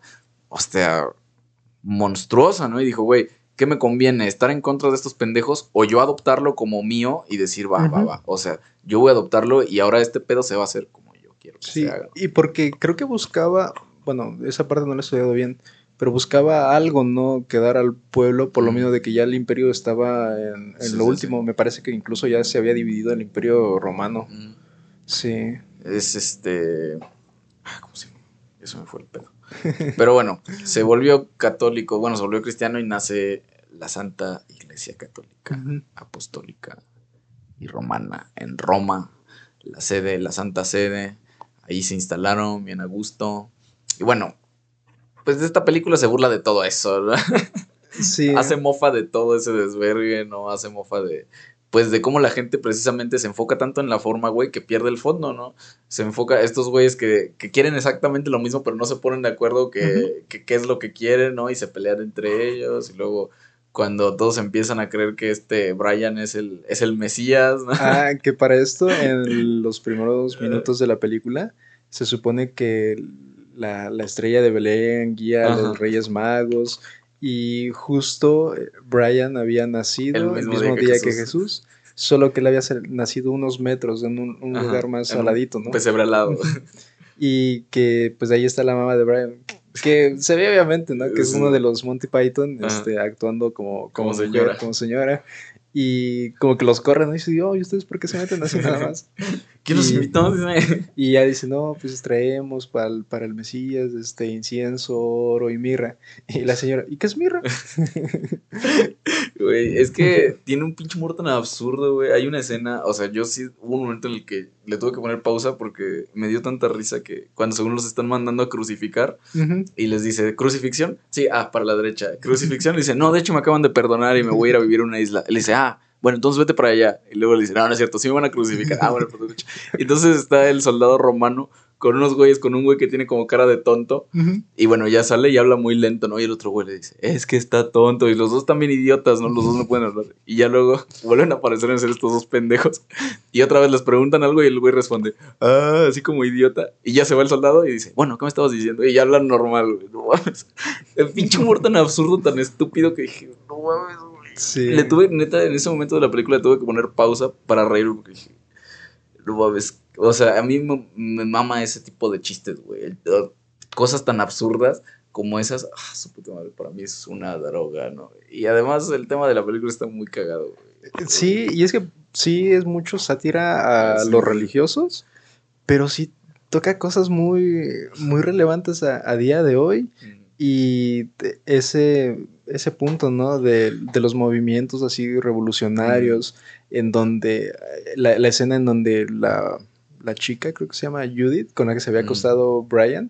monstruosa, ¿no? Y dijo, güey, ¿qué me conviene? ¿Estar en contra de estos pendejos o yo adoptarlo como mío y decir, va? O sea, yo voy a adoptarlo y ahora este pedo se va a hacer como yo quiero que se haga. Y porque creo que buscaba, bueno, esa parte no la he estudiado bien, pero buscaba algo, ¿no? Que dar al pueblo, por lo menos de que ya el imperio estaba en lo último. Sí. Me parece que incluso ya se había dividido el imperio romano. Sí. Es ¿cómo se llama? Eso me fue el pedo. Pero bueno, se volvió católico, se volvió cristiano y nace la Santa Iglesia Católica, Apostólica y Romana en Roma, la Santa Sede. Ahí se instalaron bien a gusto. Y bueno, pues de esta película se burla de todo eso, ¿verdad? Sí. Hace mofa de todo ese desvergue, ¿no? Hace mofa de cómo la gente precisamente se enfoca tanto en la forma, güey, que pierde el fondo, ¿no? Se enfoca estos güeyes que quieren exactamente lo mismo, pero no se ponen de acuerdo qué es lo que quieren, ¿no? Y se pelean entre ellos. Y luego, cuando todos empiezan a creer que Brian es el Mesías, ¿no? Que para esto, en los primeros minutos de la película, se supone que la estrella de Belén guía a los Reyes Magos. Y justo Brian había nacido el mismo día que Jesús, solo que él había nacido unos metros en un lugar más aladito, ¿no? Pesebre al lado. Y que pues ahí está la mamá de Brian, que se ve obviamente, ¿no? Que es uno de los Monty Python, actuando como señora. Como señora. Y como que los corren, ¿no? Y dice, ¿y ustedes por qué se meten así nada más? ¿Quién los invitó? Y ya dice, no, pues traemos para el Mesías incienso, oro y mirra. Y la señora, ¿y qué es mirra? Güey, es que tiene un pinche humor tan absurdo, güey. Hay una escena, o sea, yo sí hubo un momento en el que le tuve que poner pausa porque me dio tanta risa que cuando según los están mandando a crucificar y les dice, ¿crucifixión? Sí, para la derecha. ¿Crucifixión? Le dice, no, de hecho me acaban de perdonar y me voy a ir a vivir a una isla. Le dice, bueno, entonces vete para allá. Y luego le dice, no es cierto, sí me van a crucificar. Bueno, por derecha. Entonces está el soldado romano con unos güeyes, con un güey que tiene como cara de tonto. Y bueno, ya sale y habla muy lento, ¿no? Y el otro güey le dice, es que está tonto. Y los dos también idiotas, ¿no? Los dos no pueden hablar. Y ya luego vuelven a aparecer en ser estos dos pendejos. Y otra vez les preguntan algo y el güey responde, así como idiota. Y ya se va el soldado y dice, bueno, ¿qué me estabas diciendo? Y ya hablan normal, güey. No mames. El pinche humor tan absurdo, tan estúpido que dije, no mames, güey. Sí. Le tuve, neta, en ese momento de la película tuve que poner pausa para reírme porque dije, no mames. O sea, a mí me mama ese tipo de chistes, güey. Cosas tan absurdas como esas. Su puta madre, para mí es una droga, ¿no? Y además el tema de la película está muy cagado, güey. Sí, y es que sí es mucho sátira a los religiosos, pero sí toca cosas muy, muy relevantes a día de hoy. Y ese punto, ¿no? De los movimientos así revolucionarios, en donde la escena en donde la chica, creo que se llama Judith, con la que se había acostado Brian,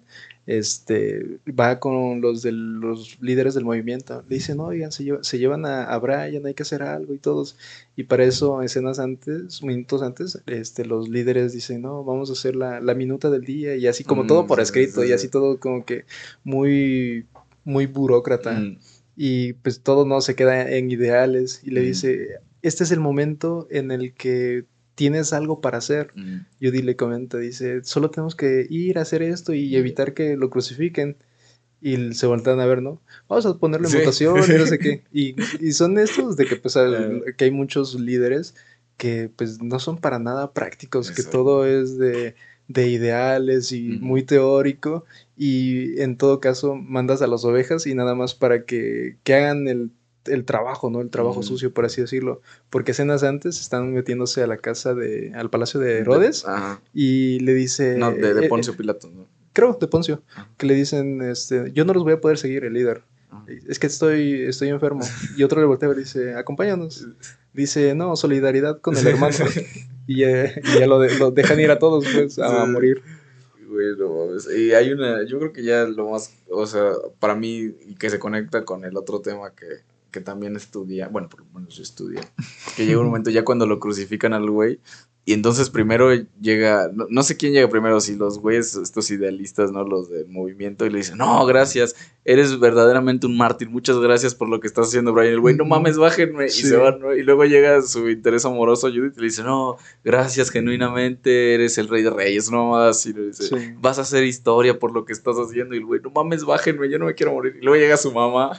va con los líderes del movimiento. Le dicen, oigan, se llevan a Brian, hay que hacer algo y todos. Y para eso, escenas antes, minutos antes, los líderes dicen, no, vamos a hacer la minuta del día, y así como todo por escrito, y así todo como que muy, muy burócrata. Y pues todo no se queda en ideales. Y le dice, este es el momento en el que tienes algo para hacer. Judy le comenta, dice, solo tenemos que ir a hacer esto y evitar que lo crucifiquen. Y se voltean a ver, ¿no? Vamos a ponerle votación y no sé qué. Y son estos de que, pues, que hay muchos líderes que, pues, no son para nada prácticos, que todo es de ideales y muy teórico. Y en todo caso, mandas a las ovejas y nada más para que hagan el trabajo, ¿no? El trabajo sucio, por así decirlo. Porque escenas antes están metiéndose a la casa al palacio de Herodes. Y le dice... No, de Poncio Pilato, ¿no? Creo, de Poncio, que le dicen, yo no los voy a poder seguir, el líder. Es que estoy enfermo. Y otro le voltea y dice, acompáñanos. Dice, no, solidaridad con el hermano. y ya lo dejan ir a todos, pues, a morir. Bueno, y hay yo creo que ya lo más, o sea, para mí, y que se conecta con el otro tema que también estudia, bueno, por lo menos yo estudia, que llega un momento ya cuando lo crucifican al güey, y entonces primero llega, no sé quién llega primero, si los güeyes, estos idealistas, ¿no? Los del movimiento, y le dicen, no, gracias, eres verdaderamente un mártir, muchas gracias por lo que estás haciendo, Brian. El güey, no mames, bájenme, y se van, ¿no? Y luego llega su interés amoroso, Judith, y le dice, no, gracias, genuinamente, eres el rey de reyes, no más, y le dice, vas a hacer historia por lo que estás haciendo, y el güey, no mames, bájenme, yo no me quiero morir. Y luego llega su mamá,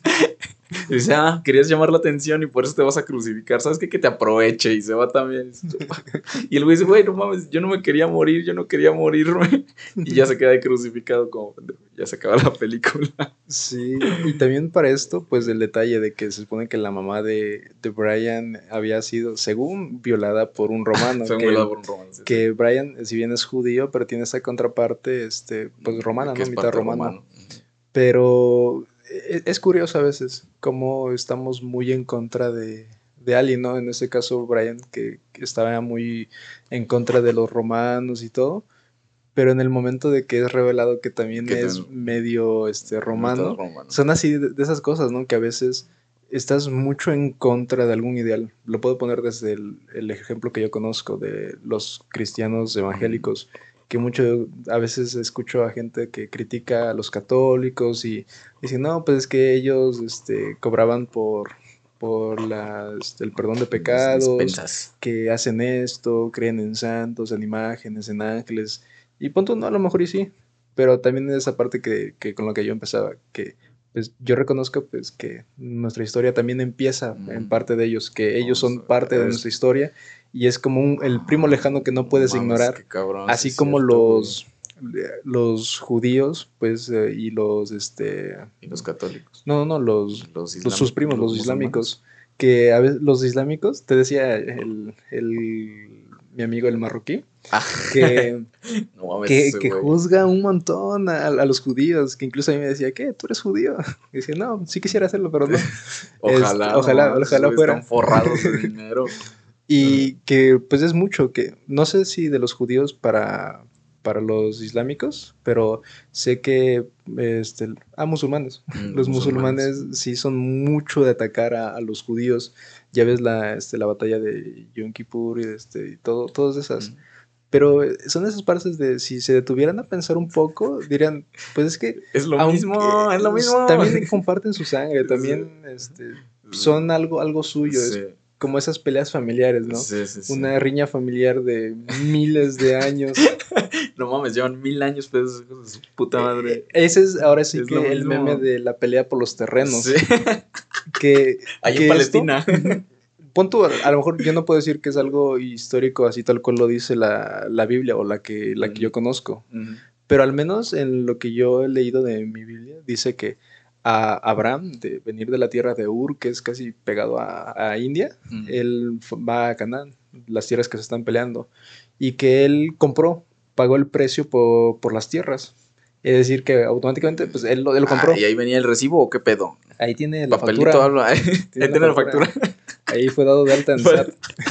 y dice, querías llamar la atención y por eso te vas a crucificar, ¿sabes qué? Que te aproveche, y se va también. Y el güey dice, güey, no mames, yo no me quería morir, yo no quería morirme. Y ya se queda ahí crucificado como pendejo. Ya se acaba la película. Sí, y también para esto, pues el detalle de que se supone que la mamá de Brian había sido, según, violada por un romano. Fue violada por un romano. Sí, que Brian, si bien es judío, pero tiene esa contraparte, pues romana, ¿no? Mitad romano. Pero es curioso a veces cómo estamos muy en contra de alguien, ¿no? En este caso, Brian, que estaba muy en contra de los romanos y todo. Pero en el momento de que es revelado que también es medio romano, son así de esas cosas, ¿no? Que a veces estás mucho en contra de algún ideal. Lo puedo poner desde el ejemplo que yo conozco de los cristianos evangélicos, que a veces escucho a gente que critica a los católicos y dicen, no, pues es que ellos cobraban por el perdón de pecados, que hacen esto, creen en santos, en imágenes, en ángeles. Y punto, no, a lo mejor y sí, pero también es esa parte que con lo que yo empezaba, que pues yo reconozco pues que nuestra historia también empieza en parte de ellos, que ellos son parte de nuestra historia y es como el primo lejano que no puedes ignorar, cabrón, así sí como los judíos, pues, y los y los católicos. No, sus primos, los islámicos, que a veces los islámicos, te decía mi amigo el marroquí, que, no mames, que juzga un montón a los judíos, que incluso a mí me decía, ¿qué? ¿Tú eres judío? Y decía, no, sí quisiera hacerlo, pero no. Ojalá fuera. Están forrados de dinero. Y que pues es mucho, que no sé si de los judíos para los islámicos, pero sé que musulmanes. Los musulmanes sí son mucho de atacar a los judíos. Ya ves la batalla de Yom Kippur y todas esas. Pero son esas partes de si se detuvieran a pensar un poco, dirían, pues es que es lo mismo, es lo mismo. También comparten su sangre, también son algo suyo, Sí. es como esas peleas familiares, ¿no? Sí. Una riña familiar de miles de años. No mames, llevan 1000 años, pues, hijos de su puta madre. Ese es ahora sí es que el meme de la pelea por los terrenos. Sí. Ahí que en Palestina. Esto, pon tú, a lo mejor yo no puedo decir que es algo histórico así tal cual lo dice la Biblia o la que yo conozco. Pero al menos en lo que yo he leído de mi Biblia, dice que a Abraham, de venir de la tierra de Ur, que es casi pegado a India, él va a Canaán, las tierras que se están peleando, y que él pagó el precio por las tierras. Es decir, que automáticamente pues él lo compró. ¿Y ahí venía el recibo o qué pedo? Ahí tiene la Papelito factura. Habla. Ahí tiene la factura. Ahí fue dado de alta en SAT.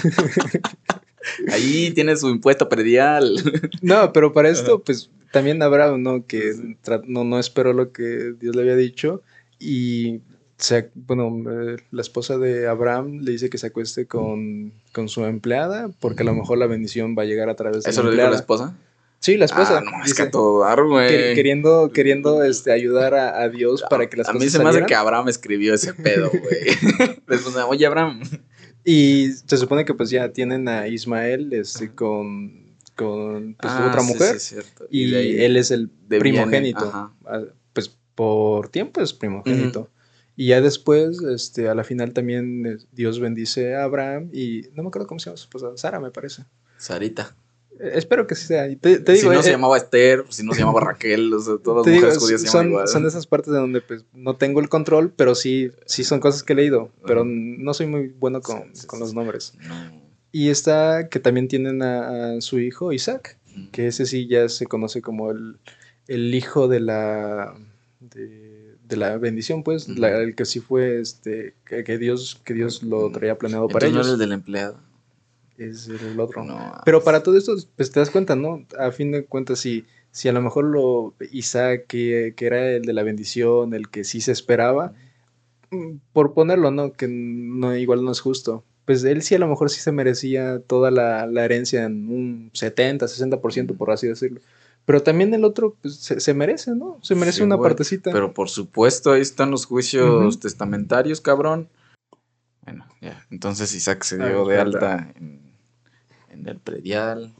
Ahí tiene su impuesto predial. No, pero para esto, pues también habrá uno que no esperó lo que Dios le había dicho. Y la esposa de Abraham le dice que se acueste con su empleada, porque a lo mejor la bendición va a llegar a través de ¿Eso la lo empleada. dijo la esposa? Sí, la esposa. No, es que a todo dar, güey. Queriendo ayudar a Dios para que las cosas salieran. A mí se me hace que Abraham escribió ese pedo, güey. Oye, Abraham. Y se supone que pues ya tienen a Ismael con otra mujer. Sí, cierto. Y ahí, él es el primogénito. Pues por tiempo es primogénito. Y ya después, a la final también Dios bendice a Abraham y no me acuerdo cómo se llama su esposa, Sara me parece. Sarita. Espero que sí sea. Te digo, si no se llamaba Esther, si no se llamaba Raquel, o sea, todas las mujeres judías se llaman igual. Son de esas partes de donde pues no tengo el control, pero sí son cosas que he leído, pero no soy muy bueno con los nombres. No. Y está que también tienen a su hijo Isaac, que ese sí ya se conoce como el hijo de la bendición, pues, el que sí fue que Dios lo traía planeado para ellos. ¿No era el del empleado? Es el otro. No. Pero para todo esto, pues te das cuenta, ¿no? A fin de cuentas, si a lo mejor Isaac, que era el de la bendición, el que sí se esperaba, por ponerlo, ¿no? Que no, igual no es justo. Pues él sí a lo mejor sí se merecía toda la herencia en un 70, 60%, por así decirlo. Pero también el otro pues, se merece, ¿no? Se merece una partecita. Pero por supuesto, ahí están los juicios testamentarios, cabrón. Bueno, ya. Entonces Isaac se dio de alta en el predial.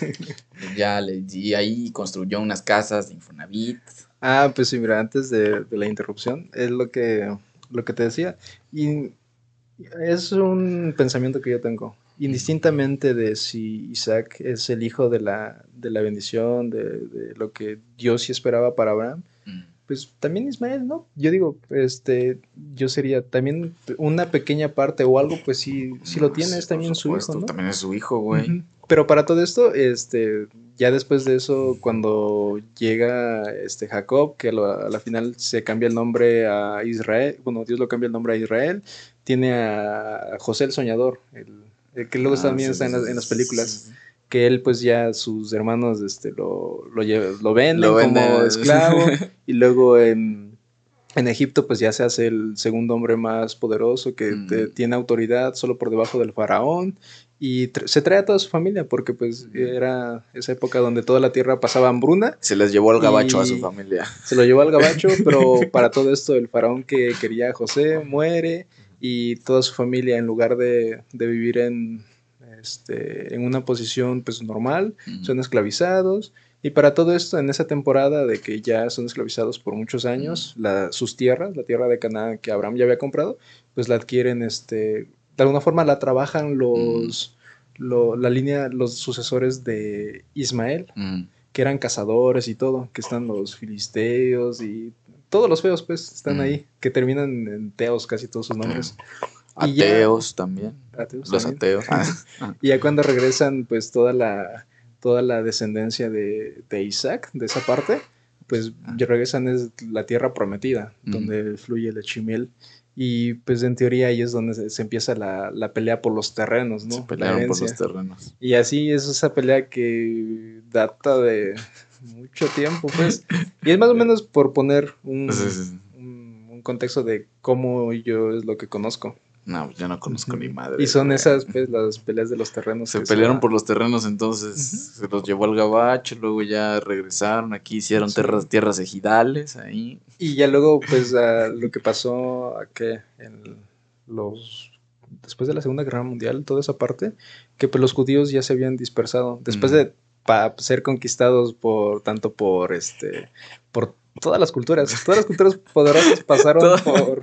Y ahí construyó unas casas de Infonavit. Pues sí, mira, antes de la interrupción, es lo que te decía. Y es un pensamiento que yo tengo. Indistintamente de si Isaac es el hijo de la bendición, de lo que Dios sí esperaba para Abraham, pues también Ismael, ¿no? Yo digo, yo sería también una pequeña parte o algo, pues sí lo tiene, es también su hijo, ¿no? También es su hijo, güey. Pero para todo esto, ya después de eso, cuando llega Jacob, que a la final se cambia el nombre a Israel, bueno, Dios lo cambia el nombre a Israel, tiene a José el Soñador, el que luego también está en las películas. Que él pues ya sus hermanos lo venden como esclavo y luego en Egipto pues ya se hace el segundo hombre más poderoso que tiene autoridad solo por debajo del faraón y se trae a toda su familia porque pues era esa época donde toda la tierra pasaba hambruna. Se les llevó al gabacho a su familia. Se lo llevó al gabacho, pero para todo esto el faraón que quería a José muere y toda su familia en lugar de vivir en una posición pues normal, son esclavizados y para todo esto en esa temporada de que ya son esclavizados por muchos años, sus tierras, la tierra de Canaán que Abraham ya había comprado, pues la adquieren, de alguna forma la trabajan los sucesores de Ismael, que eran cazadores y todo, que están los filisteos y todos los feos pues están ahí, que terminan en teos casi todos sus nombres. Ateos también. Los ateos. Y ya cuando regresan, pues toda la descendencia de Isaac, de esa parte, pues ya regresan es la tierra prometida, donde fluye el Echimiel. Y pues en teoría ahí es donde se empieza la pelea por los terrenos, ¿no? Se pelearon por los terrenos. Y así es esa pelea que data de mucho tiempo, pues. Y es más o menos por poner un contexto de cómo yo es lo que conozco. No, yo no conozco ni madre. Y son esas, pues, las peleas de los terrenos. Se pelearon por los terrenos, entonces se los llevó al gabacho, luego ya regresaron aquí, hicieron tierras ejidales ahí. Y ya luego, pues, lo que pasó que después de la Segunda Guerra Mundial, toda esa parte, que pues los judíos ya se habían dispersado. Después de ser conquistados tanto por todas las culturas poderosas pasaron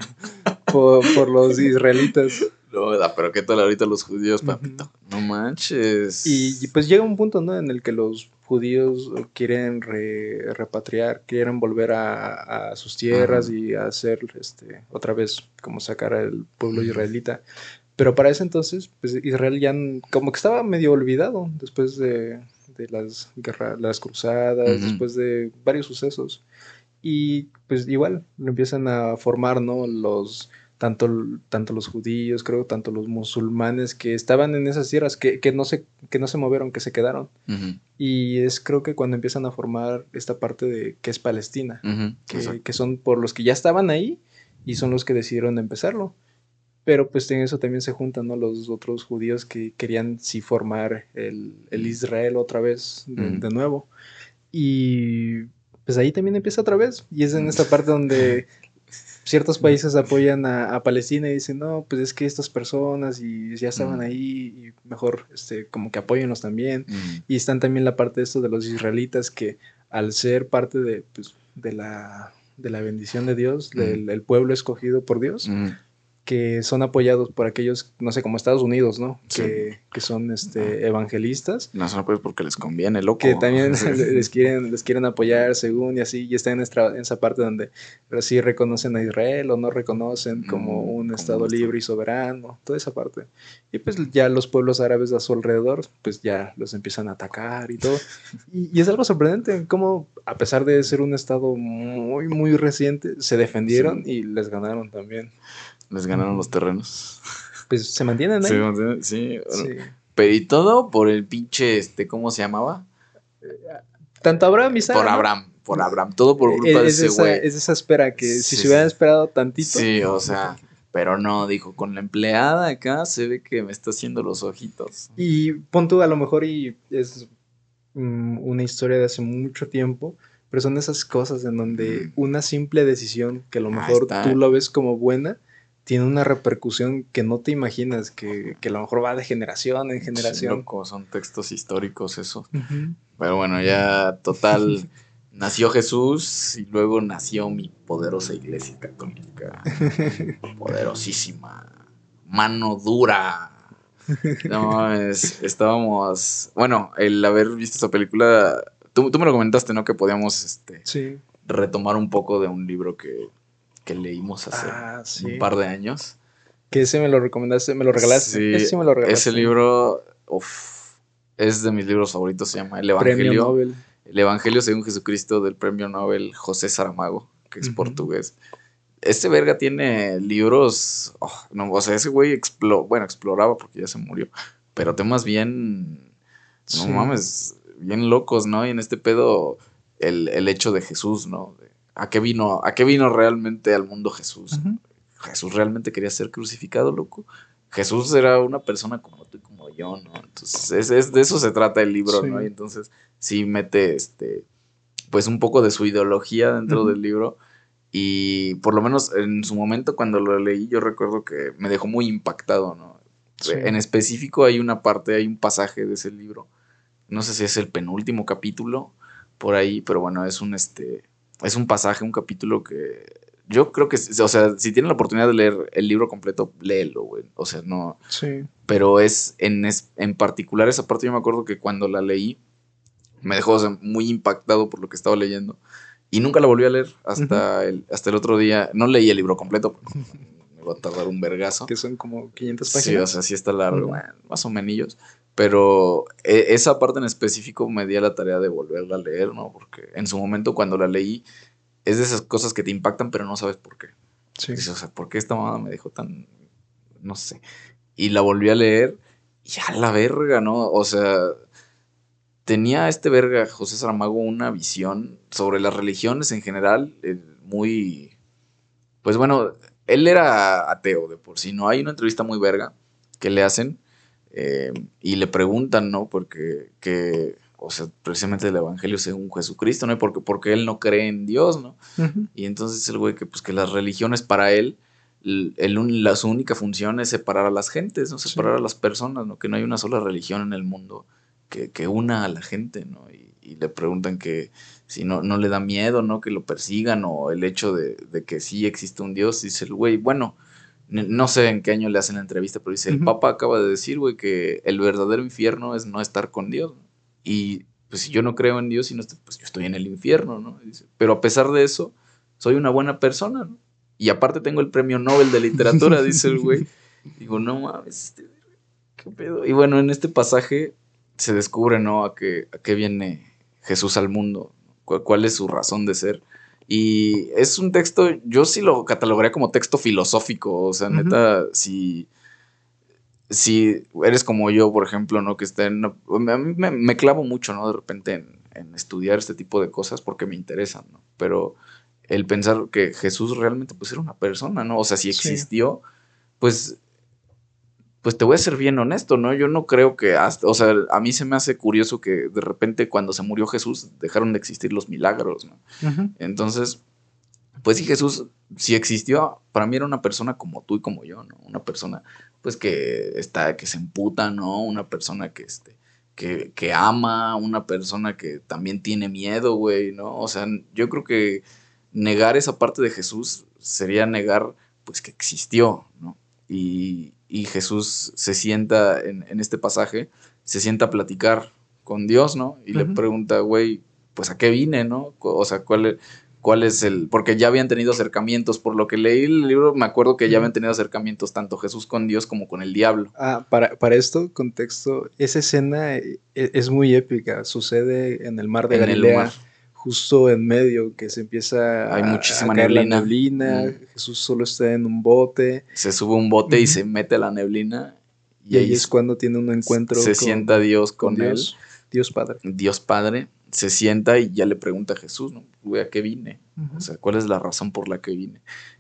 por los israelitas. No, pero qué tal ahorita los judíos, papito. No manches. Y pues llega un punto, ¿no? En el que los judíos quieren repatriar, quieren volver a sus tierras y a hacer otra vez como sacar al pueblo israelita. Pero para ese entonces, pues Israel ya como que estaba medio olvidado después de las guerras, las cruzadas, después de varios sucesos. Y pues igual lo empiezan a formar, ¿no? Tanto los judíos, creo, tanto los musulmanes que estaban en esas tierras, que no se movieron, que se quedaron. Y es creo que cuando empiezan a formar esta parte de que es Palestina, que son por los que ya estaban ahí y son los que decidieron empezarlo. Pero pues en eso también se juntan, ¿no? Los otros judíos que querían sí formar el Israel otra vez de nuevo. Y pues ahí también empieza otra vez. Y es en esta parte donde ciertos países apoyan a Palestina y dicen, no, pues es que estas personas y ya estaban ahí y mejor como que apóyenlos también. Y están también la parte de esto de los israelitas que al ser parte de la bendición de Dios, del pueblo escogido por Dios, que son apoyados por aquellos, no sé, como Estados Unidos, ¿no? Sí. Que son evangelistas. No son apoyados porque les conviene, loco. Que también les quieren apoyar según y así, y están en esa parte donde sí reconocen a Israel o no reconocen como un estado libre y soberano, toda esa parte. Y pues ya los pueblos árabes a su alrededor, pues ya los empiezan a atacar y todo. Y es algo sorprendente cómo, a pesar de ser un estado muy, muy reciente, se defendieron y les ganaron también. Les ganaron los terrenos. Pues se mantienen ahí. Se mantienen, sí. Bueno. Pero y todo por el pinche, ¿cómo se llamaba? Tanto Abraham y Sara. Por Abraham. Todo por culpa de ese güey. Es esa espera que si se hubieran esperado tantito. Sí, o sea, pero no, dijo, con la empleada acá se ve que me está haciendo los ojitos. Y pon tú a lo mejor y es una historia de hace mucho tiempo, pero son esas cosas en donde una simple decisión que a lo mejor tú lo ves como buena, tiene una repercusión que no te imaginas, que a lo mejor va de generación en generación. Sí, loco, son textos históricos eso. Pero bueno, ya total, nació Jesús y luego nació mi poderosa iglesia católica. Poderosísima. Mano dura. No, estábamos... Bueno, el haber visto esa película... Tú me lo comentaste, ¿no? Que podíamos retomar un poco de un libro que leímos hace un par de años. Que ese me lo recomendaste, me lo regalaste. Sí, ese me lo regalaste. Ese libro, es de mis libros favoritos, se llama El Evangelio. Premio Nobel. El Evangelio según Jesucristo del Premio Nobel José Saramago, que es portugués. Este verga tiene libros, no, o sea, ese güey exploraba porque ya se murió, pero temas bien, no mames, bien locos, ¿no? Y en este pedo, el hecho de Jesús, ¿no? ¿A qué vino realmente al mundo Jesús? Jesús realmente quería ser crucificado, loco. Jesús era una persona como tú y como yo, ¿no? Entonces, de eso se trata el libro, ¿no? Y entonces, sí mete, pues un poco de su ideología dentro del libro. Y por lo menos en su momento cuando lo leí, yo recuerdo que me dejó muy impactado, ¿no? Sí. En específico hay un pasaje de ese libro. No sé si es el penúltimo capítulo por ahí, pero bueno, es un pasaje, un capítulo que yo creo que, o sea, si tienen la oportunidad de leer el libro completo, léelo, güey. O sea, no. Sí. Pero en particular esa parte yo me acuerdo que cuando la leí me dejó, o sea, muy impactado por lo que estaba leyendo. Y nunca la volví a leer hasta el otro día. No leí el libro completo porque me va a tardar un vergazo. Que son como 500 páginas. Sí, o sea, sí está largo, bueno, más o menos. Pero esa parte en específico me di a la tarea de volverla a leer, ¿no? Porque en su momento cuando la leí, es de esas cosas que te impactan, pero no sabes por qué. Sí. Dices, o sea, ¿por qué esta mamada me dejó tan...? No sé. Y la volví a leer y a la verga, ¿no? O sea... Tenía verga, José Saramago, una visión sobre las religiones en general muy... Pues bueno, él era ateo de por sí, ¿no? Hay una entrevista muy verga que le hacen y le preguntan, ¿no? O sea, precisamente el evangelio según Jesucristo, ¿no? Porque él no cree en Dios, ¿no? Ujú. Y entonces el güey que las religiones para él, su única función es separar a las gentes, ¿no? Separar a las personas, ¿no? Que no hay una sola religión en el mundo que una a la gente, ¿no? Y le preguntan que si no le da miedo, ¿no? Que lo persigan o el hecho de que sí existe un Dios. Dice el güey, bueno, no sé en qué año le hacen la entrevista, pero dice, el Papa acaba de decir, güey, que el verdadero infierno es no estar con Dios, ¿no? Y pues si yo no creo en Dios, pues yo estoy en el infierno, ¿no? Dice, pero a pesar de eso, soy una buena persona, ¿no? Y aparte tengo el premio Nobel de literatura, dice el güey. Digo, no mames, ¿qué pedo? Y bueno, en este pasaje se descubre, ¿no? A qué viene Jesús al mundo, cuál es su razón de ser. Y es un texto, yo sí lo catalogaría como texto filosófico, o sea, neta, si eres como yo, por ejemplo, ¿no? Que está en... A mí me clavo mucho, ¿no? De repente en estudiar este tipo de cosas porque me interesan, ¿no? Pero el pensar que Jesús realmente pues era una persona, ¿no? O sea, si Sí. existió, pues pues te voy a ser bien honesto, ¿no? Yo no creo que hasta, o sea, a mí se me hace curioso que de repente cuando se murió Jesús dejaron de existir los milagros, ¿no? Entonces, pues sí, Jesús sí existió, para mí era una persona como tú y como yo, ¿no? Una persona, pues que se emputa, ¿no? Una persona que ama, una persona que también tiene miedo, güey, ¿no? O sea, yo creo que negar esa parte de Jesús sería negar, pues, que existió, ¿no? Y Jesús se sienta en este pasaje, se sienta a platicar con Dios, ¿no? Y le pregunta, güey, pues, ¿a qué vine, no? O sea, ¿cuál es el...? Porque ya habían tenido acercamientos, por lo que leí el libro, me acuerdo que ya habían tenido acercamientos tanto Jesús con Dios como con el diablo. Para esto, contexto, esa escena es muy épica, sucede en el mar de En el mar Galilea, justo en medio, que se hay empieza a muchísima caer la neblina. neblina, Jesús solo está en un bote. Se sube un bote y se mete a la neblina y Y ahí ahí es cuando tiene un encuentro se sienta Dios con con él, Dios, Dios Padre. Dios Padre, se sienta y ya le pregunta a Jesús, ¿no? Güey, ¿a qué vine? O sea, ¿cuál es la razón por la que vine?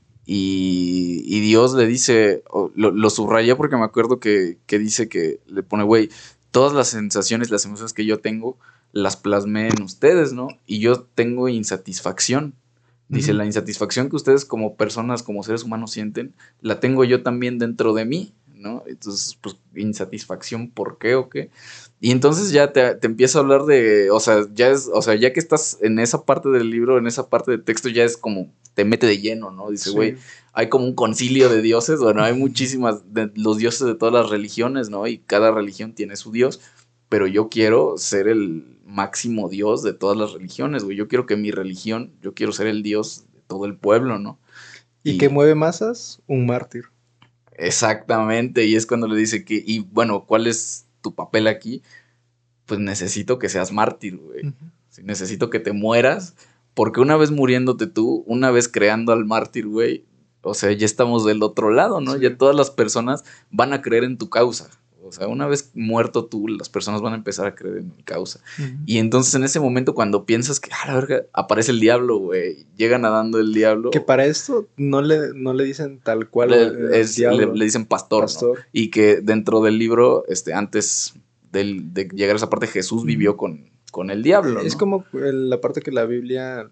Y Dios le dice, lo subraya porque me acuerdo que dice que le pone, güey, todas las sensaciones, las emociones que yo tengo, las plasmé en ustedes, ¿no? Y yo tengo insatisfacción. Dice, la insatisfacción que ustedes como personas, como seres humanos sienten, la tengo yo también dentro de mí, ¿no? Entonces, pues, insatisfacción, ¿por qué o qué? Y entonces ya te empieza a hablar de, o sea, ya que estás en esa parte del libro, en esa parte del texto, ya es como, te mete de lleno, ¿no? Dice, güey, hay como un concilio de dioses, bueno, hay muchísimas, de los dioses de todas las religiones, ¿no? Y cada religión tiene su dios, pero yo quiero ser el máximo dios de todas las religiones, güey. Yo quiero que mi religión, yo quiero ser el dios de todo el pueblo, ¿no? ¿Y qué Y mueve masas? Un mártir. exactamente, y es cuando le dice que, y bueno, ¿cuál es tu papel aquí? Pues necesito que seas mártir, güey. Sí, necesito que te mueras, porque una vez muriéndote tú, una vez creando al mártir, güey, o sea, ya estamos del otro lado, ¿no? Sí. Ya todas las personas van a creer en tu causa. O sea, una vez muerto tú, las personas van a empezar a creer en mi causa. Y entonces en ese momento cuando piensas que, la verga, aparece el diablo, güey, llega nadando el diablo. Que para esto no le dicen tal cual le dicen pastor, ¿no? Y que dentro del libro, antes de llegar a esa parte, Jesús vivió con el diablo, ¿no? Es como la parte que la Biblia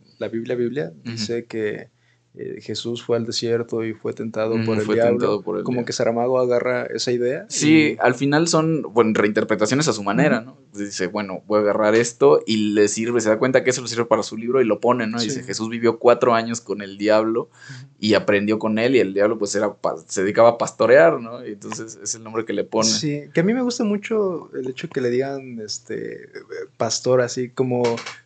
dice que Jesús fue al desierto y fue tentado por el diablo. Como que Saramago agarra esa idea. Sí, al final son, bueno, reinterpretaciones a su manera, ¿no? Dice, bueno, voy a agarrar esto y le sirve, se da cuenta que eso le sirve para su libro y lo pone, ¿no? Dice, Jesús vivió 4 años con el diablo y aprendió con él y el diablo pues se dedicaba a pastorear, ¿no? Y entonces es el nombre que le pone. Sí, que a mí me gusta mucho el hecho que le digan pastor, así como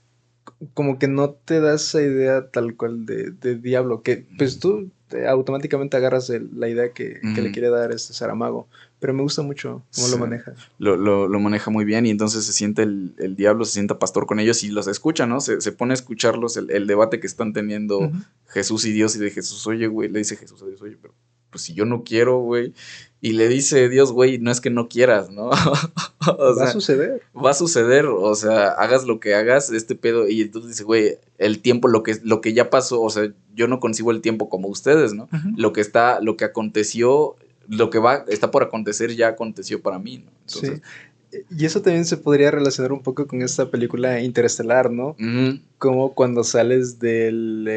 que no te das esa idea tal cual de diablo, que pues tú automáticamente agarras la idea que le quiere dar Saramago, pero me gusta mucho cómo lo maneja. Lo maneja muy bien y entonces se siente el diablo, se sienta pastor con ellos y los escucha, ¿no? Se pone a escucharlos, el debate que están teniendo Jesús y Dios y de Jesús, oye, güey, le dice Jesús a Dios, oye, pero pues si yo no quiero, güey. Y le dice Dios, güey, no es que no quieras, ¿no? Va a suceder. Va a suceder, o sea, hagas lo que hagas, este pedo. Y entonces dice, güey, el tiempo, lo que ya pasó, o sea, yo no concibo el tiempo como ustedes, ¿no? Lo que aconteció, está por acontecer, ya aconteció para mí, ¿no? Entonces, sí. Y eso también se podría relacionar un poco con esta película Interestelar, ¿no? Como cuando sales del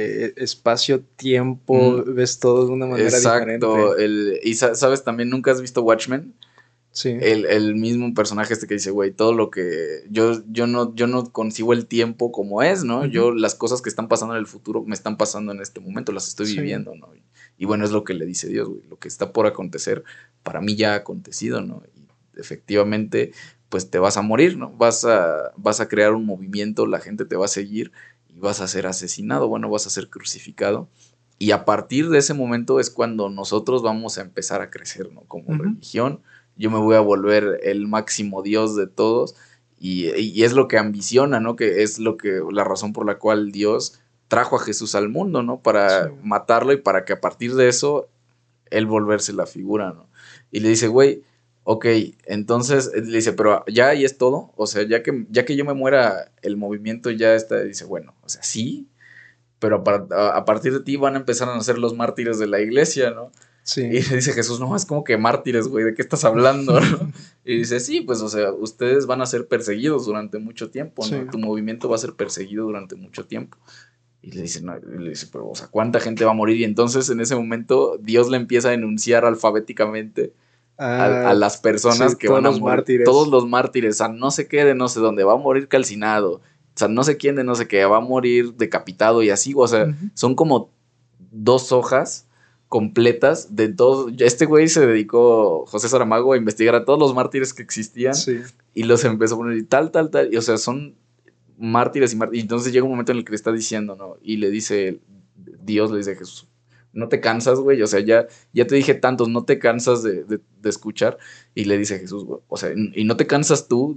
espacio-tiempo ves todo de una manera diferente. Exacto. Y sabes, también nunca has visto Watchmen. Sí. El mismo personaje que dice, güey, todo lo que yo no concibo el tiempo como es, ¿no? Las cosas que están pasando en el futuro me están pasando en este momento, las estoy viviendo, ¿no? Y bueno, es lo que le dice Dios, güey, lo que está por acontecer, para mí ya ha acontecido, ¿no? Y efectivamente, pues te vas a morir, ¿no? Vas a crear un movimiento, la gente te va a seguir y vas a ser asesinado, bueno, vas a ser crucificado. Y a partir de ese momento es cuando nosotros vamos a empezar a crecer, ¿no? Como religión. Yo me voy a volver el máximo Dios de todos y es lo que ambiciona, ¿no? Que es la razón por la cual Dios trajo a Jesús al mundo, ¿no? Para matarlo y para que a partir de eso él volverse la figura, ¿no? Y le dice, güey, ok, entonces le dice, pero ya ahí es todo, o sea, ya que yo me muera, el movimiento ya está, dice, bueno, o sea, sí, pero a partir de ti van a empezar a nacer los mártires de la iglesia, ¿no? Sí. Y le dice Jesús, no, es como que mártires, güey, ¿de qué estás hablando? ¿No? Y dice, sí, pues, o sea, ustedes van a ser perseguidos durante mucho tiempo, ¿no? Sí. Tu movimiento va a ser perseguido durante mucho tiempo. Y le dice, no, pero, o sea, ¿cuánta gente va a morir? Y entonces, en ese momento, Dios le empieza a enunciar alfabéticamente a las personas que van a morir. Mártires. Todos los mártires, o sea, no sé qué de no sé dónde, va a morir calcinado, o sea, no sé quién de no sé qué, va a morir decapitado y así, o sea, son como 2 hojas completas de todos. Este güey se dedicó, José Saramago, a investigar a todos los mártires que existían y los empezó a poner y tal, y, o sea, son mártires y entonces llega un momento en el que le está diciendo, ¿no? Y le dice, Dios le dice a Jesús, no te cansas, güey, o sea, ya te dije tantos, no te cansas de escuchar. Y le dice a Jesús, güey, o sea, y no te cansas tú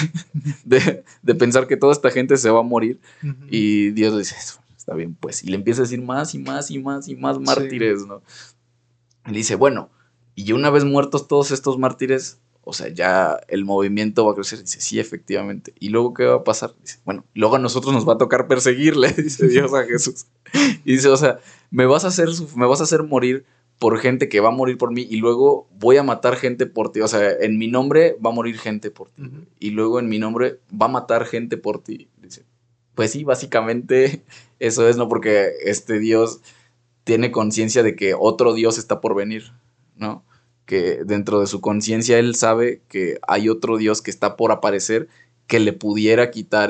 de pensar que toda esta gente se va a morir. Y Dios le dice, está bien, pues. Y le empieza a decir más y más y más y más mártires, ¿no? Y le dice, bueno, y una vez muertos todos estos mártires, o sea, ya el movimiento va a crecer. Dice, sí, efectivamente. ¿Y luego qué va a pasar? Dice, bueno, luego a nosotros nos va a tocar perseguirle, dice Dios a Jesús. Y dice, o sea, me vas a hacer morir por gente que va a morir por mí y luego voy a matar gente por ti. O sea, en mi nombre va a morir gente por ti. Y luego en mi nombre va a matar gente por ti. Dice, pues sí, básicamente eso es, ¿no? Porque Dios tiene conciencia de que otro Dios está por venir, ¿no? Que dentro de su conciencia él sabe que hay otro Dios que está por aparecer que le pudiera quitar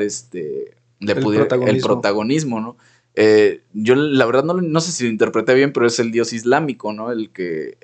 el protagonismo, ¿no? Yo la verdad no sé si lo interpreté bien, pero es el Dios islámico, ¿no? El que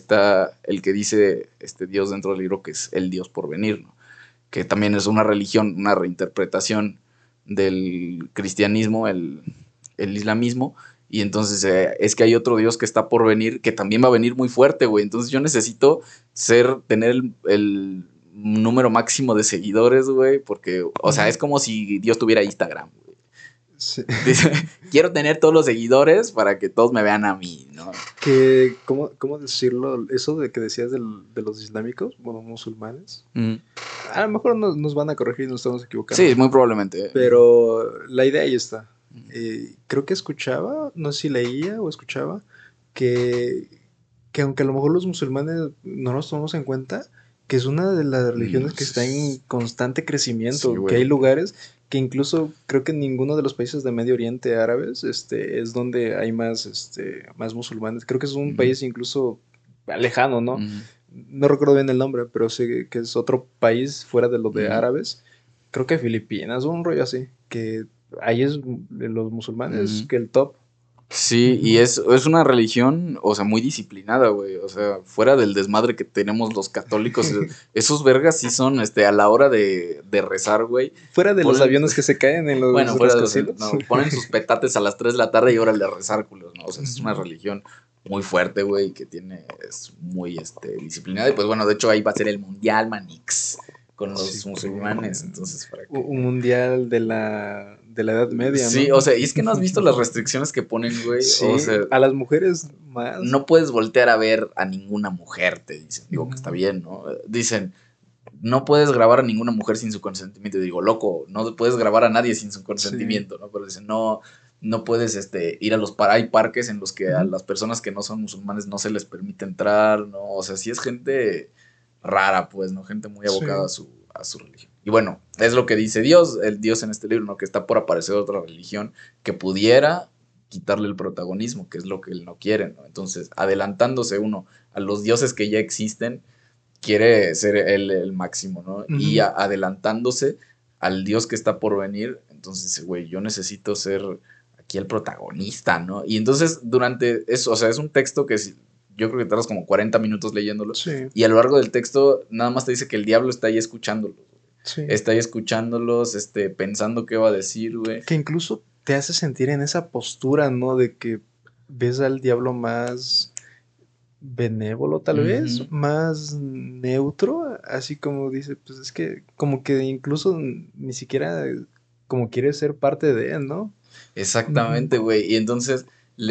dice Dios dentro del libro que es el Dios por venir, ¿no? Que también es una religión, una reinterpretación del cristianismo, el islamismo. Y entonces es que hay otro Dios que está por venir, que también va a venir muy fuerte, güey. Entonces yo necesito tener el número máximo de seguidores, güey, porque, o sea, es como si Dios tuviera Instagram, güey. Sí. Dice, quiero tener todos los seguidores para que todos me vean a mí, ¿no? ¿Cómo decirlo? Eso de que decías de los islámicos, bueno, musulmanes. A lo mejor nos van a corregir y nos estamos equivocando. Sí, muy probablemente. Pero la idea ahí está. Creo que escuchaba, no sé si leía o escuchaba, que aunque a lo mejor los musulmanes no nos tomamos en cuenta, que es una de las religiones que está en constante crecimiento, sí, que hay lugares que incluso creo que en ninguno de los países de Medio Oriente árabes es donde hay más musulmanes. Creo que es un país incluso lejano, ¿no? No recuerdo bien el nombre, pero sé que es otro país fuera de lo de árabes. Creo que Filipinas o un rollo así, que ahí es de los musulmanes que el top. Sí, y es una religión, o sea, muy disciplinada, güey. O sea, fuera del desmadre que tenemos los católicos, esos vergas sí son, a la hora de rezar, güey. Fuera de los aviones que se caen en los rascacielos. No, ponen sus petates a las 3 de la tarde y órale a rezar, culos, ¿no? O sea, es una religión muy fuerte, güey, que es muy, disciplinada. Y pues bueno, de hecho ahí va a ser el mundial, manix, con los musulmanes, entonces, ¿para qué? Un mundial de la de la Edad Media, Sí, ¿no? o sea, y es que no has visto las restricciones que ponen, güey. Sí, O sea, a las mujeres más. no puedes voltear a ver a ninguna mujer, te dicen. Digo que está bien, ¿no? Dicen, no puedes grabar a ninguna mujer sin su consentimiento. Y digo, loco, no puedes grabar a nadie sin su Sí. consentimiento, ¿no? Pero dicen, no, no puedes ir a los hay parques en los que a las personas que no son musulmanes no se les permite entrar, ¿no? O sea, sí es gente rara, pues, ¿no? Gente muy abocada Sí. a su religión. Y bueno, es lo que dice Dios, el Dios en este libro, ¿no? Que está por aparecer otra religión que pudiera quitarle el protagonismo, que es lo que él no quiere, ¿no? Entonces, adelantándose uno a los dioses que ya existen, quiere ser él el máximo, ¿no? Y Ujú. adelantándose al Dios que está por venir, entonces dice, güey, yo necesito ser aquí el protagonista, ¿no? Y entonces durante eso, o sea, es un texto que yo creo que tardas como 40 minutos leyéndolo, Sí, y a lo largo del texto nada más te dice que el diablo está ahí escuchándolos, sí. está ahí escuchándolos, pensando qué va a decir, güey. Que incluso te hace sentir en esa postura, ¿no? De que ves al diablo más benévolo, tal vez, Ujú. más neutro, así como dice, pues es que como que incluso ni siquiera como quiere ser parte de él, ¿no? Ujú. Exactamente, güey. Y entonces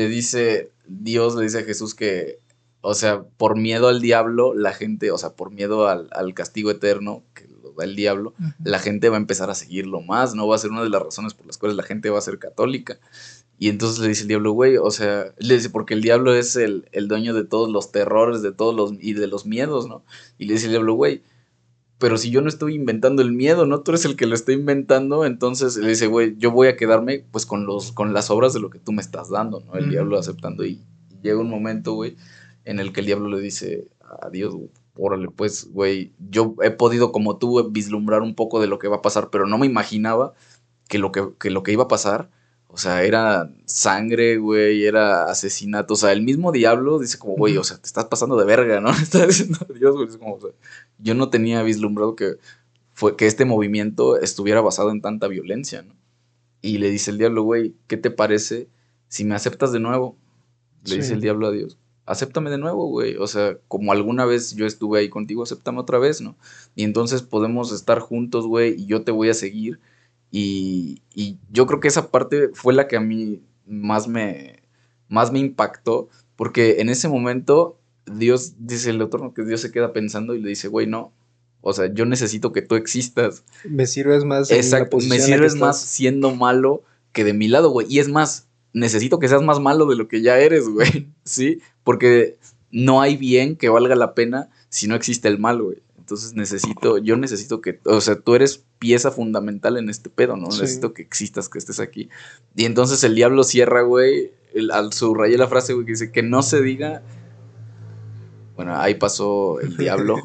Dios le dice a Jesús que, o sea, por miedo al diablo, la gente, o sea, por miedo al castigo eterno que lo da el diablo, Ujú. la gente va a empezar a seguirlo más, ¿no? Va a ser una de las razones por las cuales la gente va a ser católica. Y entonces le dice el diablo, güey, o sea, le dice, porque el diablo es el dueño de todos los terrores, de todos y de los miedos, ¿no? Y le dice el diablo, güey, pero si yo no estoy inventando el miedo, ¿no? Tú eres el que lo está inventando, entonces le dice, güey, yo voy a quedarme pues con las obras de lo que tú me estás dando, ¿no? El Ujú. diablo aceptando y llega un momento, güey, en el que el diablo le dice, adiós, órale, pues, güey, yo he podido como tú vislumbrar un poco de lo que va a pasar, pero no me imaginaba que lo que iba a pasar, o sea, era sangre, güey, era asesinato, o sea, el mismo diablo dice como, güey, o Ujú. sea, te estás pasando de verga, ¿no? Está diciendo Dios, güey, es como, o sea, yo no tenía vislumbrado que este movimiento estuviera basado en tanta violencia, ¿no? Y le dice el diablo, güey, ¿qué te parece si me aceptas de nuevo? Le dice el Sí, diablo a Dios, acéptame de nuevo, güey. O sea, como alguna vez yo estuve ahí contigo, acéptame otra vez, ¿no? Y entonces podemos estar juntos, güey, y yo te voy a seguir. Y yo creo que esa parte fue la que a mí más me impactó, porque en ese momento Dios, dice el otro, ¿no? Que Dios se queda pensando y le dice, güey, no. O sea, yo necesito que tú existas. me sirves más en la Exacto, me posición en la que sirves más estás. siendo malo que de mi lado, güey. Y es más, necesito que seas más malo de lo que ya eres, güey. Ujú. ¿Sí? Porque no hay bien que valga la pena si no existe el mal, güey. Entonces yo necesito que, o sea, tú eres pieza fundamental en este pedo, ¿no? Sí, Necesito que existas, que estés aquí. Y entonces el diablo cierra, güey, al subrayé la frase, güey, que dice que no se diga, bueno, ahí pasó el diablo.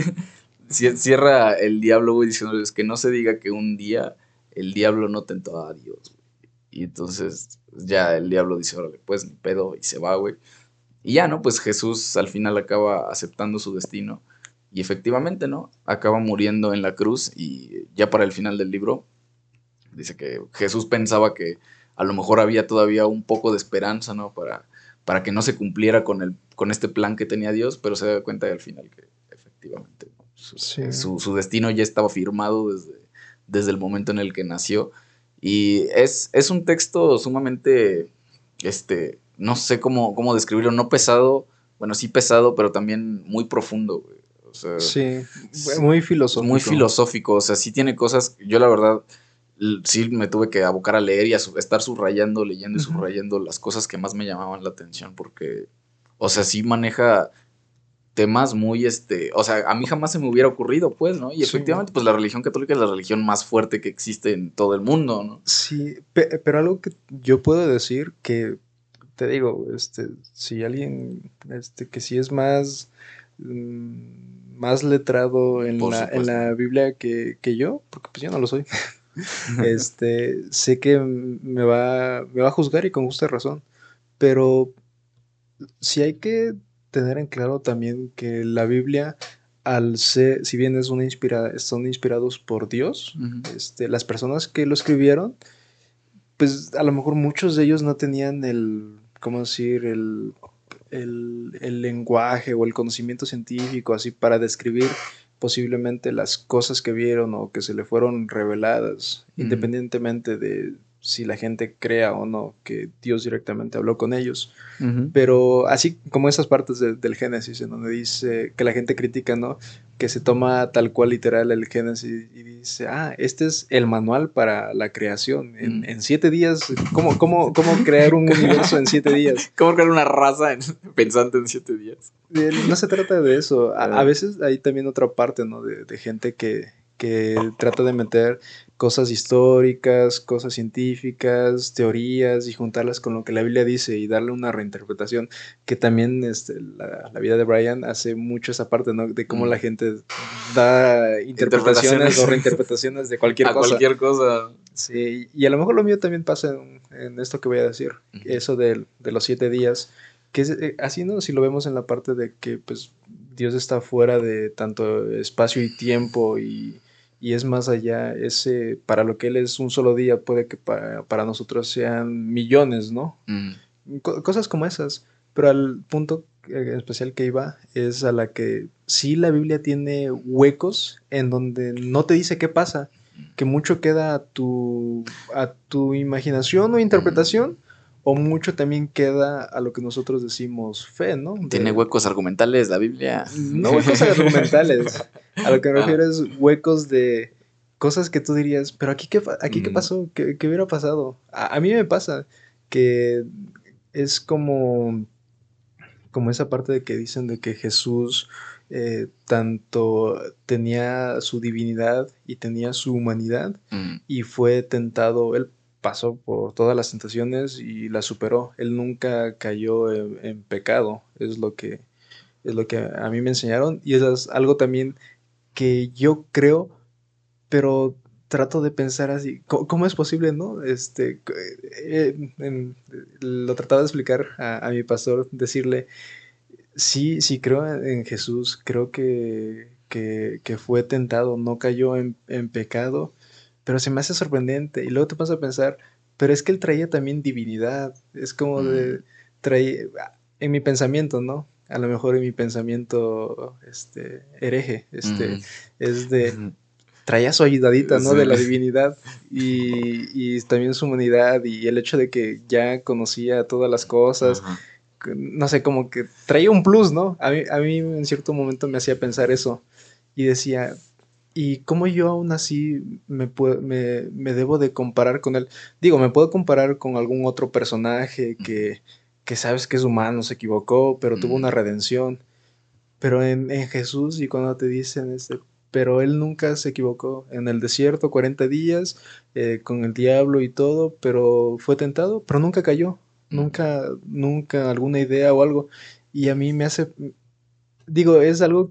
Cierra el diablo, güey, diciéndoles que no se diga que un día el diablo no tentó a Dios, güey. Y entonces ya el diablo dice, órale, pues ni pedo, y se va, güey. Y ya, ¿no? Pues Jesús al final acaba aceptando su destino. Y efectivamente, ¿no? Acaba muriendo en la cruz y ya para el final del libro dice que Jesús pensaba que a lo mejor había todavía un poco de esperanza, ¿no? Para que no se cumpliera con este plan que tenía Dios, pero se da cuenta al final que efectivamente, ¿no? su, sí. su destino ya estaba firmado desde el momento en el que nació. Y es un texto sumamente, no sé cómo describirlo, no pesado, bueno, sí pesado, pero también muy profundo, güey. O sea, Sí, es muy muy filosófico. filosófico, o sea, sí tiene cosas, yo la verdad sí me tuve que abocar a leer y a estar subrayando, leyendo y Ujú. subrayando las cosas que más me llamaban la atención, porque, o sea, sí maneja temas muy, o sea, a mí jamás se me hubiera ocurrido, pues, ¿no? Y Sí, efectivamente, pues la religión católica es la religión más fuerte que existe en todo el mundo, ¿no? sí, pero algo que yo puedo decir que te digo, si alguien, que sí es más, más letrado en Por en supuesto. la Biblia que yo, porque pues yo no lo soy, sé que me va a juzgar y con justa razón, pero sí hay que tener en claro también que la Biblia, al ser, si bien es son inspirados por Dios, Ujú. las personas que lo escribieron, pues a lo mejor muchos de ellos no tenían ¿cómo decir? El lenguaje o el conocimiento científico así para describir, posiblemente las cosas que vieron o que se le fueron reveladas, independientemente de si la gente crea o no que Dios directamente habló con ellos. Pero así como esas partes del Génesis, en donde dice que la gente critica, ¿no? Que se toma tal cual literal el Génesis y dice, este es el manual para la creación. En 7 días, ¿cómo crear un universo en 7 días? ¿Cómo crear una raza pensante en 7 días? No se trata de eso. A veces hay también otra parte, ¿no? De gente que trata de meter cosas históricas, cosas científicas, teorías y juntarlas con lo que la Biblia dice y darle una reinterpretación, que también la vida de Brian hace mucho esa parte, ¿no? De cómo la gente da interpretaciones o reinterpretaciones de cualquier cosa. Cualquier cosa. Sí, y a lo mejor lo mío también pasa en esto que voy a decir, eso de los 7 días, que es así, ¿no? Si lo vemos en la parte de que, pues, Dios está fuera de tanto espacio y tiempo y es más allá, para lo que Él es un solo día, puede que para nosotros sean millones, ¿no? Cosas como esas, pero al punto especial que iba es a la que sí la Biblia tiene huecos en donde no te dice qué pasa, que mucho queda a tu imaginación o interpretación, o mucho también queda a lo que nosotros decimos fe, ¿no? Tiene huecos argumentales la Biblia. No huecos argumentales. A lo que me refiero es huecos de cosas que tú dirías, pero aquí qué pasó, ¿Qué hubiera pasado? A mí me pasa que es como esa parte de que dicen de que Jesús tanto tenía su divinidad y tenía su humanidad y fue tentado, él pasó por todas las tentaciones y las superó, él nunca cayó en pecado, es lo que a mí me enseñaron y eso es algo también que yo creo, pero trato de pensar así, ¿cómo es posible, no? Lo trataba de explicar a mi pastor, decirle, sí creo en Jesús, creo que fue tentado, no cayó en pecado, pero se me hace sorprendente. Y luego te vas a pensar, pero es que él traía también divinidad, es como traía, en mi pensamiento, ¿no? A lo mejor en mi pensamiento hereje, es de traía su ayudadita, ¿no? De la divinidad y también su humanidad y el hecho de que ya conocía todas las cosas. No sé, como que traía un plus, ¿no? A mí en cierto momento me hacía pensar eso y decía, ¿y cómo yo aún así me debo de comparar con él? Digo, me puedo comparar con algún otro personaje que sabes que es humano, se equivocó, pero tuvo una redención. Pero en Jesús, y cuando te dicen, pero él nunca se equivocó. En el desierto, 40 días, con el diablo y todo, pero fue tentado, pero nunca cayó. Nunca alguna idea o algo. Y a mí me hace, digo, es algo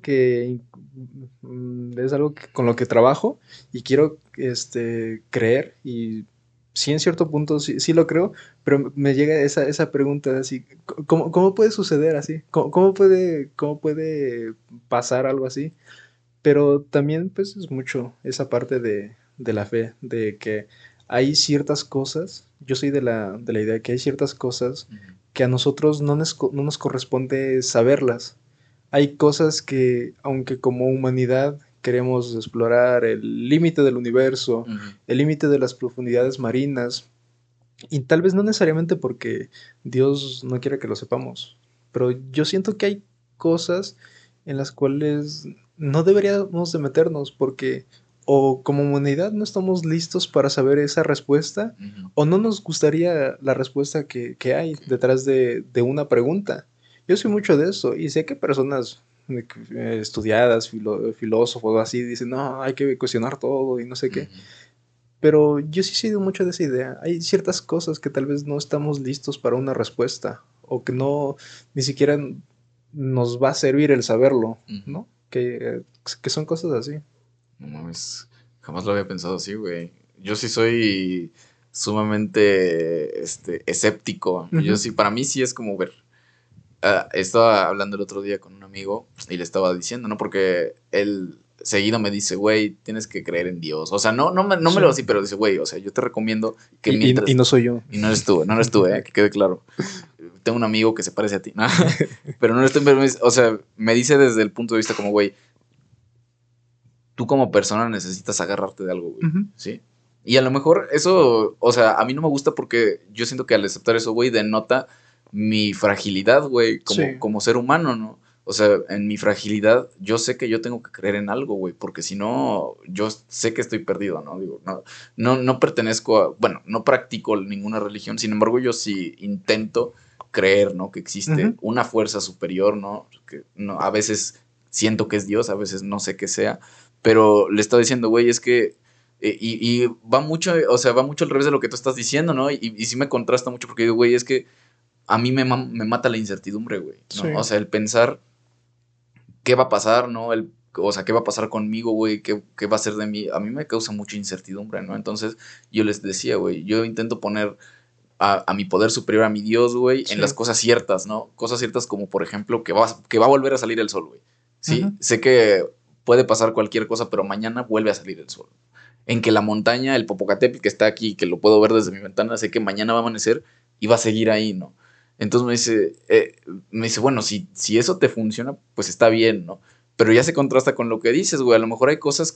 con lo que trabajo y quiero creer y sí en cierto punto sí lo creo, pero me llega esa pregunta así, ¿cómo puede suceder así? ¿Cómo puede pasar algo así? Pero también pues es mucho esa parte de la fe, de que hay ciertas cosas, yo soy de la idea que hay ciertas cosas que a nosotros no nos corresponde saberlas. Hay cosas que, aunque como humanidad queremos explorar el límite del universo, el límite de las profundidades marinas, y tal vez no necesariamente porque Dios no quiera que lo sepamos, pero yo siento que hay cosas en las cuales no deberíamos de meternos porque o como humanidad no estamos listos para saber esa respuesta o no nos gustaría la respuesta que hay detrás de una pregunta. Yo soy mucho de eso y sé que personas estudiadas, filósofos o así, dicen, no, hay que cuestionar todo y no sé qué. Pero yo sí he sido mucho de esa idea. Hay ciertas cosas que tal vez no estamos listos para una respuesta o que no ni siquiera nos va a servir el saberlo, ¿no? Que son cosas así. No mames, jamás lo había pensado así, güey. Yo sí soy sumamente escéptico. Yo sí, para mí sí es como ver. Estaba hablando el otro día con un amigo y le estaba diciendo, ¿no? Porque él seguido me dice, güey, tienes que creer en Dios. O sea, no me lo así, pero dice, güey, o sea, yo te recomiendo que mientras... Y no soy yo. Y no eres tú, que quede claro. Tengo un amigo que se parece a ti, ¿no? Pero no eres tú, pero o sea, me dice desde el punto de vista como, güey, tú como persona necesitas agarrarte de algo, güey, Ujú. ¿sí? Y a lo mejor eso, o sea, a mí no me gusta porque yo siento que al aceptar eso, güey, denota mi fragilidad, güey, Sí. como ser humano, ¿no? O sea, en mi fragilidad, yo sé que yo tengo que creer en algo, güey, porque si no, yo sé que estoy perdido, ¿no? Digo, no pertenezco a, bueno, no practico ninguna religión, sin embargo, yo sí intento creer, ¿no? Que existe Ujú. una fuerza superior, ¿no? Que no, a veces siento que es Dios, a veces no sé qué sea, pero le estaba diciendo, güey, es que y va mucho, o sea, va mucho al revés de lo que tú estás diciendo, ¿no? Y sí me contrasta mucho porque digo, güey, es que a mí me mata la incertidumbre, güey, ¿no? O Sí. sea, el pensar qué va a pasar, ¿no? O sea, qué va a pasar conmigo, güey, qué va a ser de mí, a mí me causa mucha incertidumbre, ¿no? Entonces yo les decía, güey, yo intento poner a mi poder superior, a mi Dios, güey, en las Sí. cosas ciertas, ¿no? Cosas ciertas como, por ejemplo, que va a volver a salir el sol, güey. Ujú. Sí, sé que puede pasar cualquier cosa, pero mañana vuelve a salir el sol. En que la montaña, el Popocatépetl que está aquí, que lo puedo ver desde mi ventana, sé que mañana va a amanecer y va a seguir ahí, ¿no? Entonces me dice, bueno, si eso te funciona, pues está bien, ¿no? Pero ya se contrasta con lo que dices, güey. A lo mejor hay cosas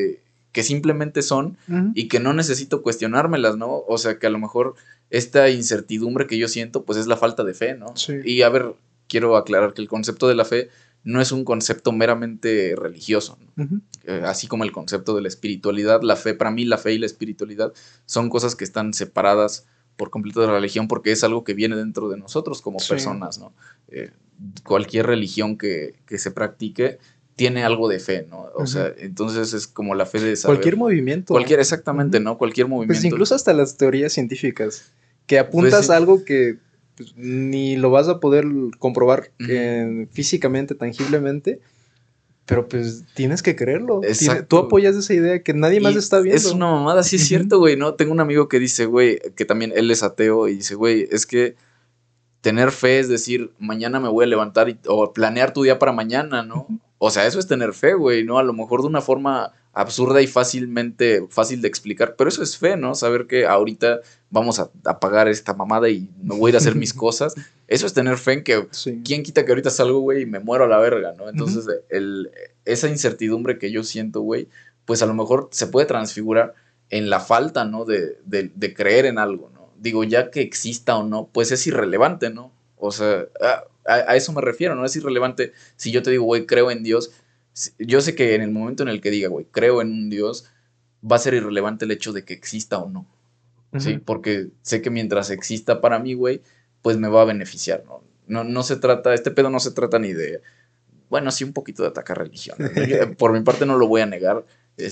que simplemente son Ujú. y que no necesito cuestionármelas, ¿no? O sea, que a lo mejor esta incertidumbre que yo siento, pues es la falta de fe, ¿no? Sí. Y a ver, quiero aclarar que el concepto de la fe no es un concepto meramente religioso, ¿no? Ujú. Así como el concepto de la espiritualidad, la fe, para mí la fe y la espiritualidad son cosas que están separadas por completo de la religión porque es algo que viene dentro de nosotros como Sí. personas, ¿no? Eh, Cualquier religión que se practique tiene algo de fe, ¿no? O Ujú. sea, entonces es como la fe de saber, Cualquier movimiento. cualquier, exactamente, Ujú. ¿no? Cualquier Pues movimiento, incluso hasta las teorías científicas, que pues apuntas sí. a algo que pues, ni lo vas a poder comprobar Ujú. físicamente, tangiblemente, pero pues tienes que creerlo. Tú Exacto. apoyas esa idea que nadie más Y está es viendo. una mamada, sí es Ujú. cierto, güey, ¿no? Tengo un amigo que dice, güey, que también él es ateo y dice, güey, es que tener fe es decir, mañana me voy a levantar o planear tu día para mañana, ¿no? Ujú. O sea, eso es tener fe, güey, ¿no? A lo mejor de una forma absurda y fácil de explicar, pero eso es fe, ¿no? Saber que ahorita vamos a pagar esta mamada y me voy a ir a hacer mis cosas. Eso es tener fe en que, Sí. ¿quién quita que ahorita salgo, güey, y me muero a la verga, ¿no? Ujú. Entonces, esa incertidumbre que yo siento, güey, pues a lo mejor se puede transfigurar en la falta, ¿no? De creer en algo, ¿no? Digo, ya que exista o no, pues es irrelevante, ¿no? O sea, a eso me refiero, ¿no? Es irrelevante si yo te digo, güey, creo en Dios. Yo sé que en el momento en el que diga, güey, creo en un Dios, va a ser irrelevante el hecho de que exista o no, ¿sí? Ujú. Porque sé que mientras exista para mí, güey, pues me va a beneficiar, ¿no? No se trata, este pedo no se trata ni de, bueno, sí un poquito de atacar religiones, ¿no? Yo, por mi parte no lo voy a negar,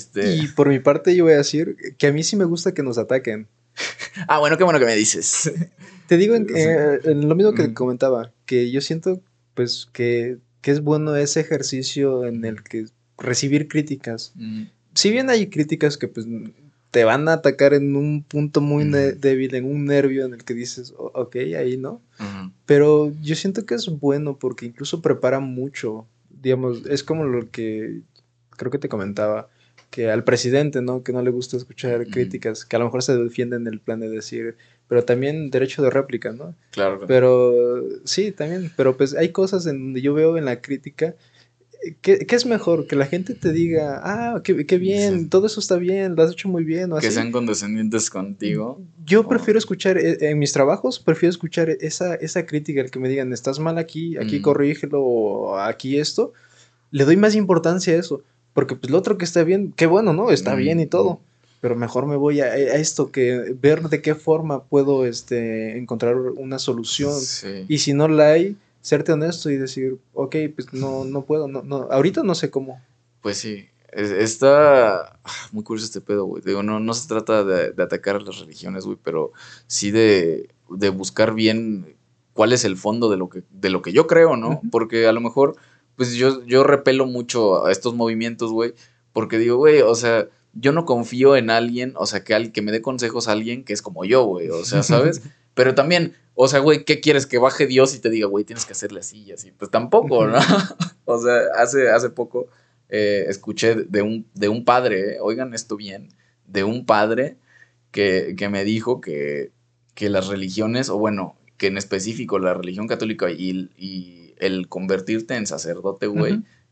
Y por mi parte yo voy a decir que a mí sí me gusta que nos ataquen. bueno, qué bueno que me dices. Te digo Sí. en lo mismo que Mm, comentaba, que yo siento pues que es bueno ese ejercicio en mm, el que recibir críticas. mm, Si bien hay críticas que pues te van a atacar en un punto muy mm, débil, en un nervio en el que dices, ok, ahí no. mm, Pero yo siento que es bueno porque incluso prepara mucho. Digamos, es como lo que creo que te comentaba, que al presidente, ¿no? Que no le gusta escuchar mm. críticas, que a lo mejor se defiende en el plan de decir, pero también derecho de réplica, ¿no? Claro. Pero sí, también, pero pues hay cosas en donde yo veo en la crítica que es mejor que la gente te diga, ah, qué Sí. bien, todo eso está bien, lo has hecho muy bien o Que así. sean condescendientes contigo. Yo o- prefiero escuchar, en mis trabajos, prefiero escuchar esa crítica, el que me digan, estás mal aquí, aquí mm, corrígelo, o aquí esto. Le doy más importancia a eso, porque pues lo otro que está bien, qué bueno, ¿no? Está bien y mm, todo, pero mejor me voy a esto, que ver de qué forma puedo encontrar una solución. sí. Y si no la hay, serte honesto y decir, ok, pues no puedo, no, ahorita no sé cómo. Pues sí. Está muy curioso este pedo, güey. Digo, no se trata de atacar a las religiones, güey, pero sí de buscar bien cuál es el fondo de lo que yo creo, ¿no? Ujú. Porque a lo mejor, pues yo repelo mucho a estos movimientos, güey, porque digo, güey, o sea, yo no confío en alguien, o sea, que me dé consejos a alguien que es como yo, güey, o sea, ¿sabes? Pero también, o sea, güey, ¿qué quieres? Que baje Dios y te diga, güey, tienes que hacerle así y así. Pues tampoco, ¿no? Ujú. O sea, hace poco escuché de un padre, oigan esto bien, de un padre que me dijo que las religiones, o bueno, que en específico la religión católica y el convertirte en sacerdote, güey, Ujú.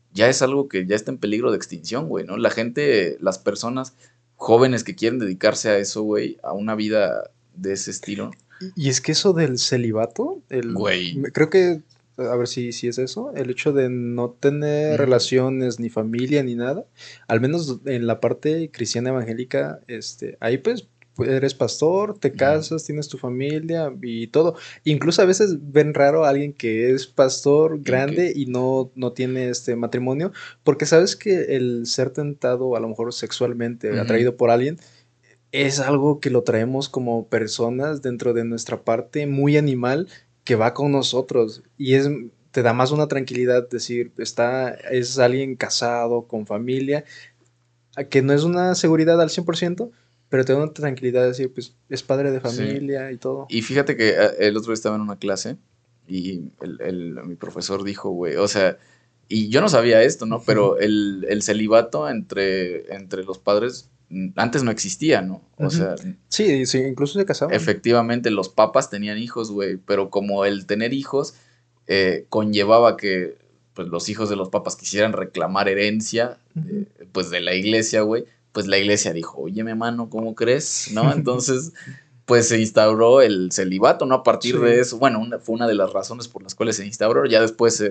ya es algo que ya está en peligro de extinción, güey, ¿no? La gente, las personas jóvenes que quieren dedicarse a eso, güey, a una vida de ese estilo, Y es que eso del celibato, güey. creo que, a ver si es eso, el hecho de no tener Ujú, relaciones, ni familia, ni nada, al menos en la parte cristiana evangélica, ahí pues eres pastor, te ujú, casas, tienes tu familia y todo. Incluso a veces ven raro a alguien que es pastor y que, grande y no tiene este matrimonio, porque sabes que el ser tentado a lo mejor sexualmente, ujú, atraído por alguien, es algo que lo traemos como personas dentro de nuestra parte muy animal que va con nosotros y te da más una tranquilidad decir, es alguien casado, con familia, que no es una seguridad al 100%, pero te da una tranquilidad decir, pues es padre de sí. familia y todo. Y fíjate que el otro día estaba en una clase y mi profesor dijo, güey, o sea, y yo no sabía esto, ¿no? Pero el celibato entre los padres antes no existía, ¿no? O Ujú. sea, Sí, sí, incluso se casaban. efectivamente los papas tenían hijos, güey, pero como el tener hijos conllevaba que pues, los hijos de los papas quisieran reclamar herencia Ujú. pues de la iglesia, güey, pues la iglesia dijo, oye, mi mano, ¿cómo crees? ¿No? Entonces pues se instauró el celibato, ¿no? A partir de Sí, eso, bueno, fue una de las razones por las cuales se instauró, ya después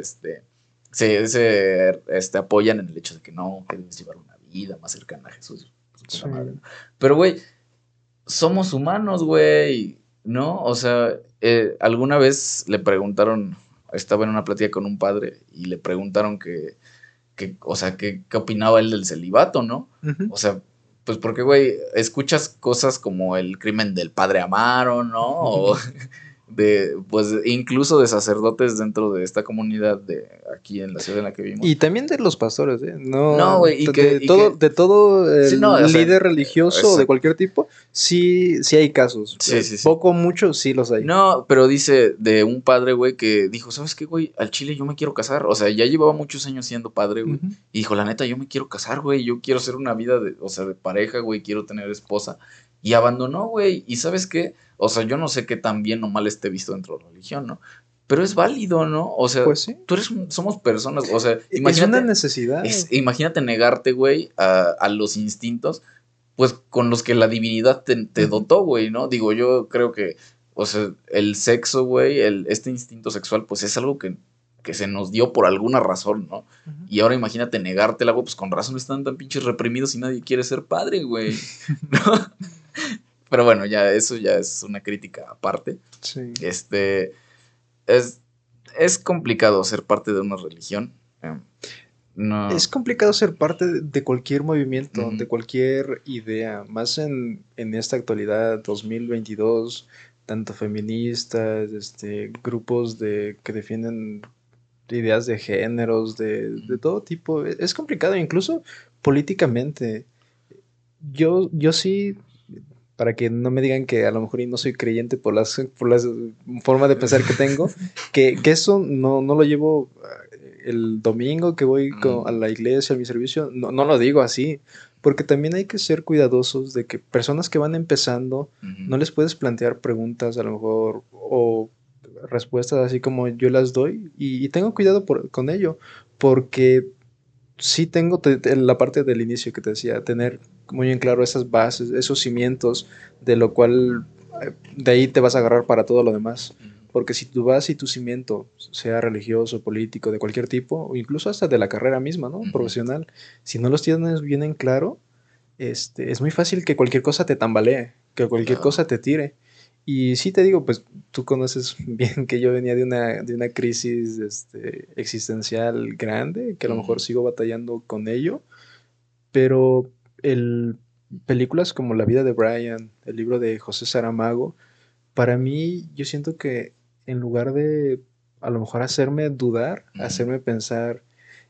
se apoyan en el hecho de que no, que debes llevar una vida más cercana a Jesús, su puta madre, sí. ¿no? Pero, güey, somos humanos, güey, ¿no? O sea, alguna vez le preguntaron, estaba en una plática con un padre y le preguntaron o sea, qué opinaba él del celibato, ¿no? Ujú. O sea, pues porque, güey, escuchas cosas como el crimen del padre Amaro, ¿no? O pues incluso de sacerdotes dentro de esta comunidad de aquí en la ciudad en la que vivimos. Y también de los pastores, ¿eh? No, No, güey, de todo sí, no, o sea, líder religioso de exacto. cualquier tipo, sí hay casos. Sí, sí, sí. Poco, mucho, sí los hay. No, pero dice de un padre, güey, que dijo, ¿sabes qué, güey? Al chile yo me quiero casar. O sea, ya llevaba muchos años siendo padre, güey. Ujú. Y dijo, la neta, yo me quiero casar, güey. Yo quiero hacer una vida de, o sea, de pareja, güey. Quiero tener esposa. Y abandonó, güey. Y ¿sabes qué? O sea, yo no sé qué tan bien o mal esté visto dentro de la religión, ¿no? Pero es válido, ¿no? O sea, Pues sí, somos personas. O sea, es una necesidad. imagínate negarte, güey, a los instintos pues con los que la divinidad te Ujú. dotó, güey, ¿no? Digo, yo creo que, o sea, el sexo, güey, este instinto sexual, pues es algo que se nos dio por alguna razón, ¿no? Ujú. Y ahora imagínate negártela, güey, pues con razón están tan pinches reprimidos y nadie quiere ser padre, güey, ¿no? Pero bueno, ya eso ya es una crítica aparte. Sí. Este, es, es complicado ser parte de una religión. No. Es complicado ser parte de cualquier movimiento, Ujú, de cualquier idea, más en esta actualidad 2022, tanto feministas, grupos que defienden ideas de géneros, ujú, de todo tipo. Es complicado, incluso políticamente. Yo sí, para que no me digan que a lo mejor y no soy creyente por las forma de pensar que tengo, que eso no lo llevo el domingo que voy a ujú, la iglesia, a mi servicio, no lo digo así, porque también hay que ser cuidadosos de que personas que van empezando, ujú, no les puedes plantear preguntas a lo mejor o respuestas así como yo las doy y tengo cuidado con ello, porque sí tengo la parte del inicio que te decía, tener muy en claro esas bases, esos cimientos, de lo cual de ahí te vas a agarrar para todo lo demás. ujú. Porque si tu base y tu cimiento, sea religioso, político, de cualquier tipo, o incluso hasta de la carrera misma, ¿no? Ujú, Profesional, si no los tienes bien en claro, es muy fácil que cualquier cosa te tambalee, que cualquier claro. cosa te tire. Y sí te digo, pues tú conoces bien que yo venía de una crisis existencial grande, que a lo mejor Ujú, sigo batallando con ello, pero el, películas como La vida de Brian, el libro de José Saramago, para mí yo siento que en lugar de a lo mejor hacerme dudar, ujú, hacerme pensar,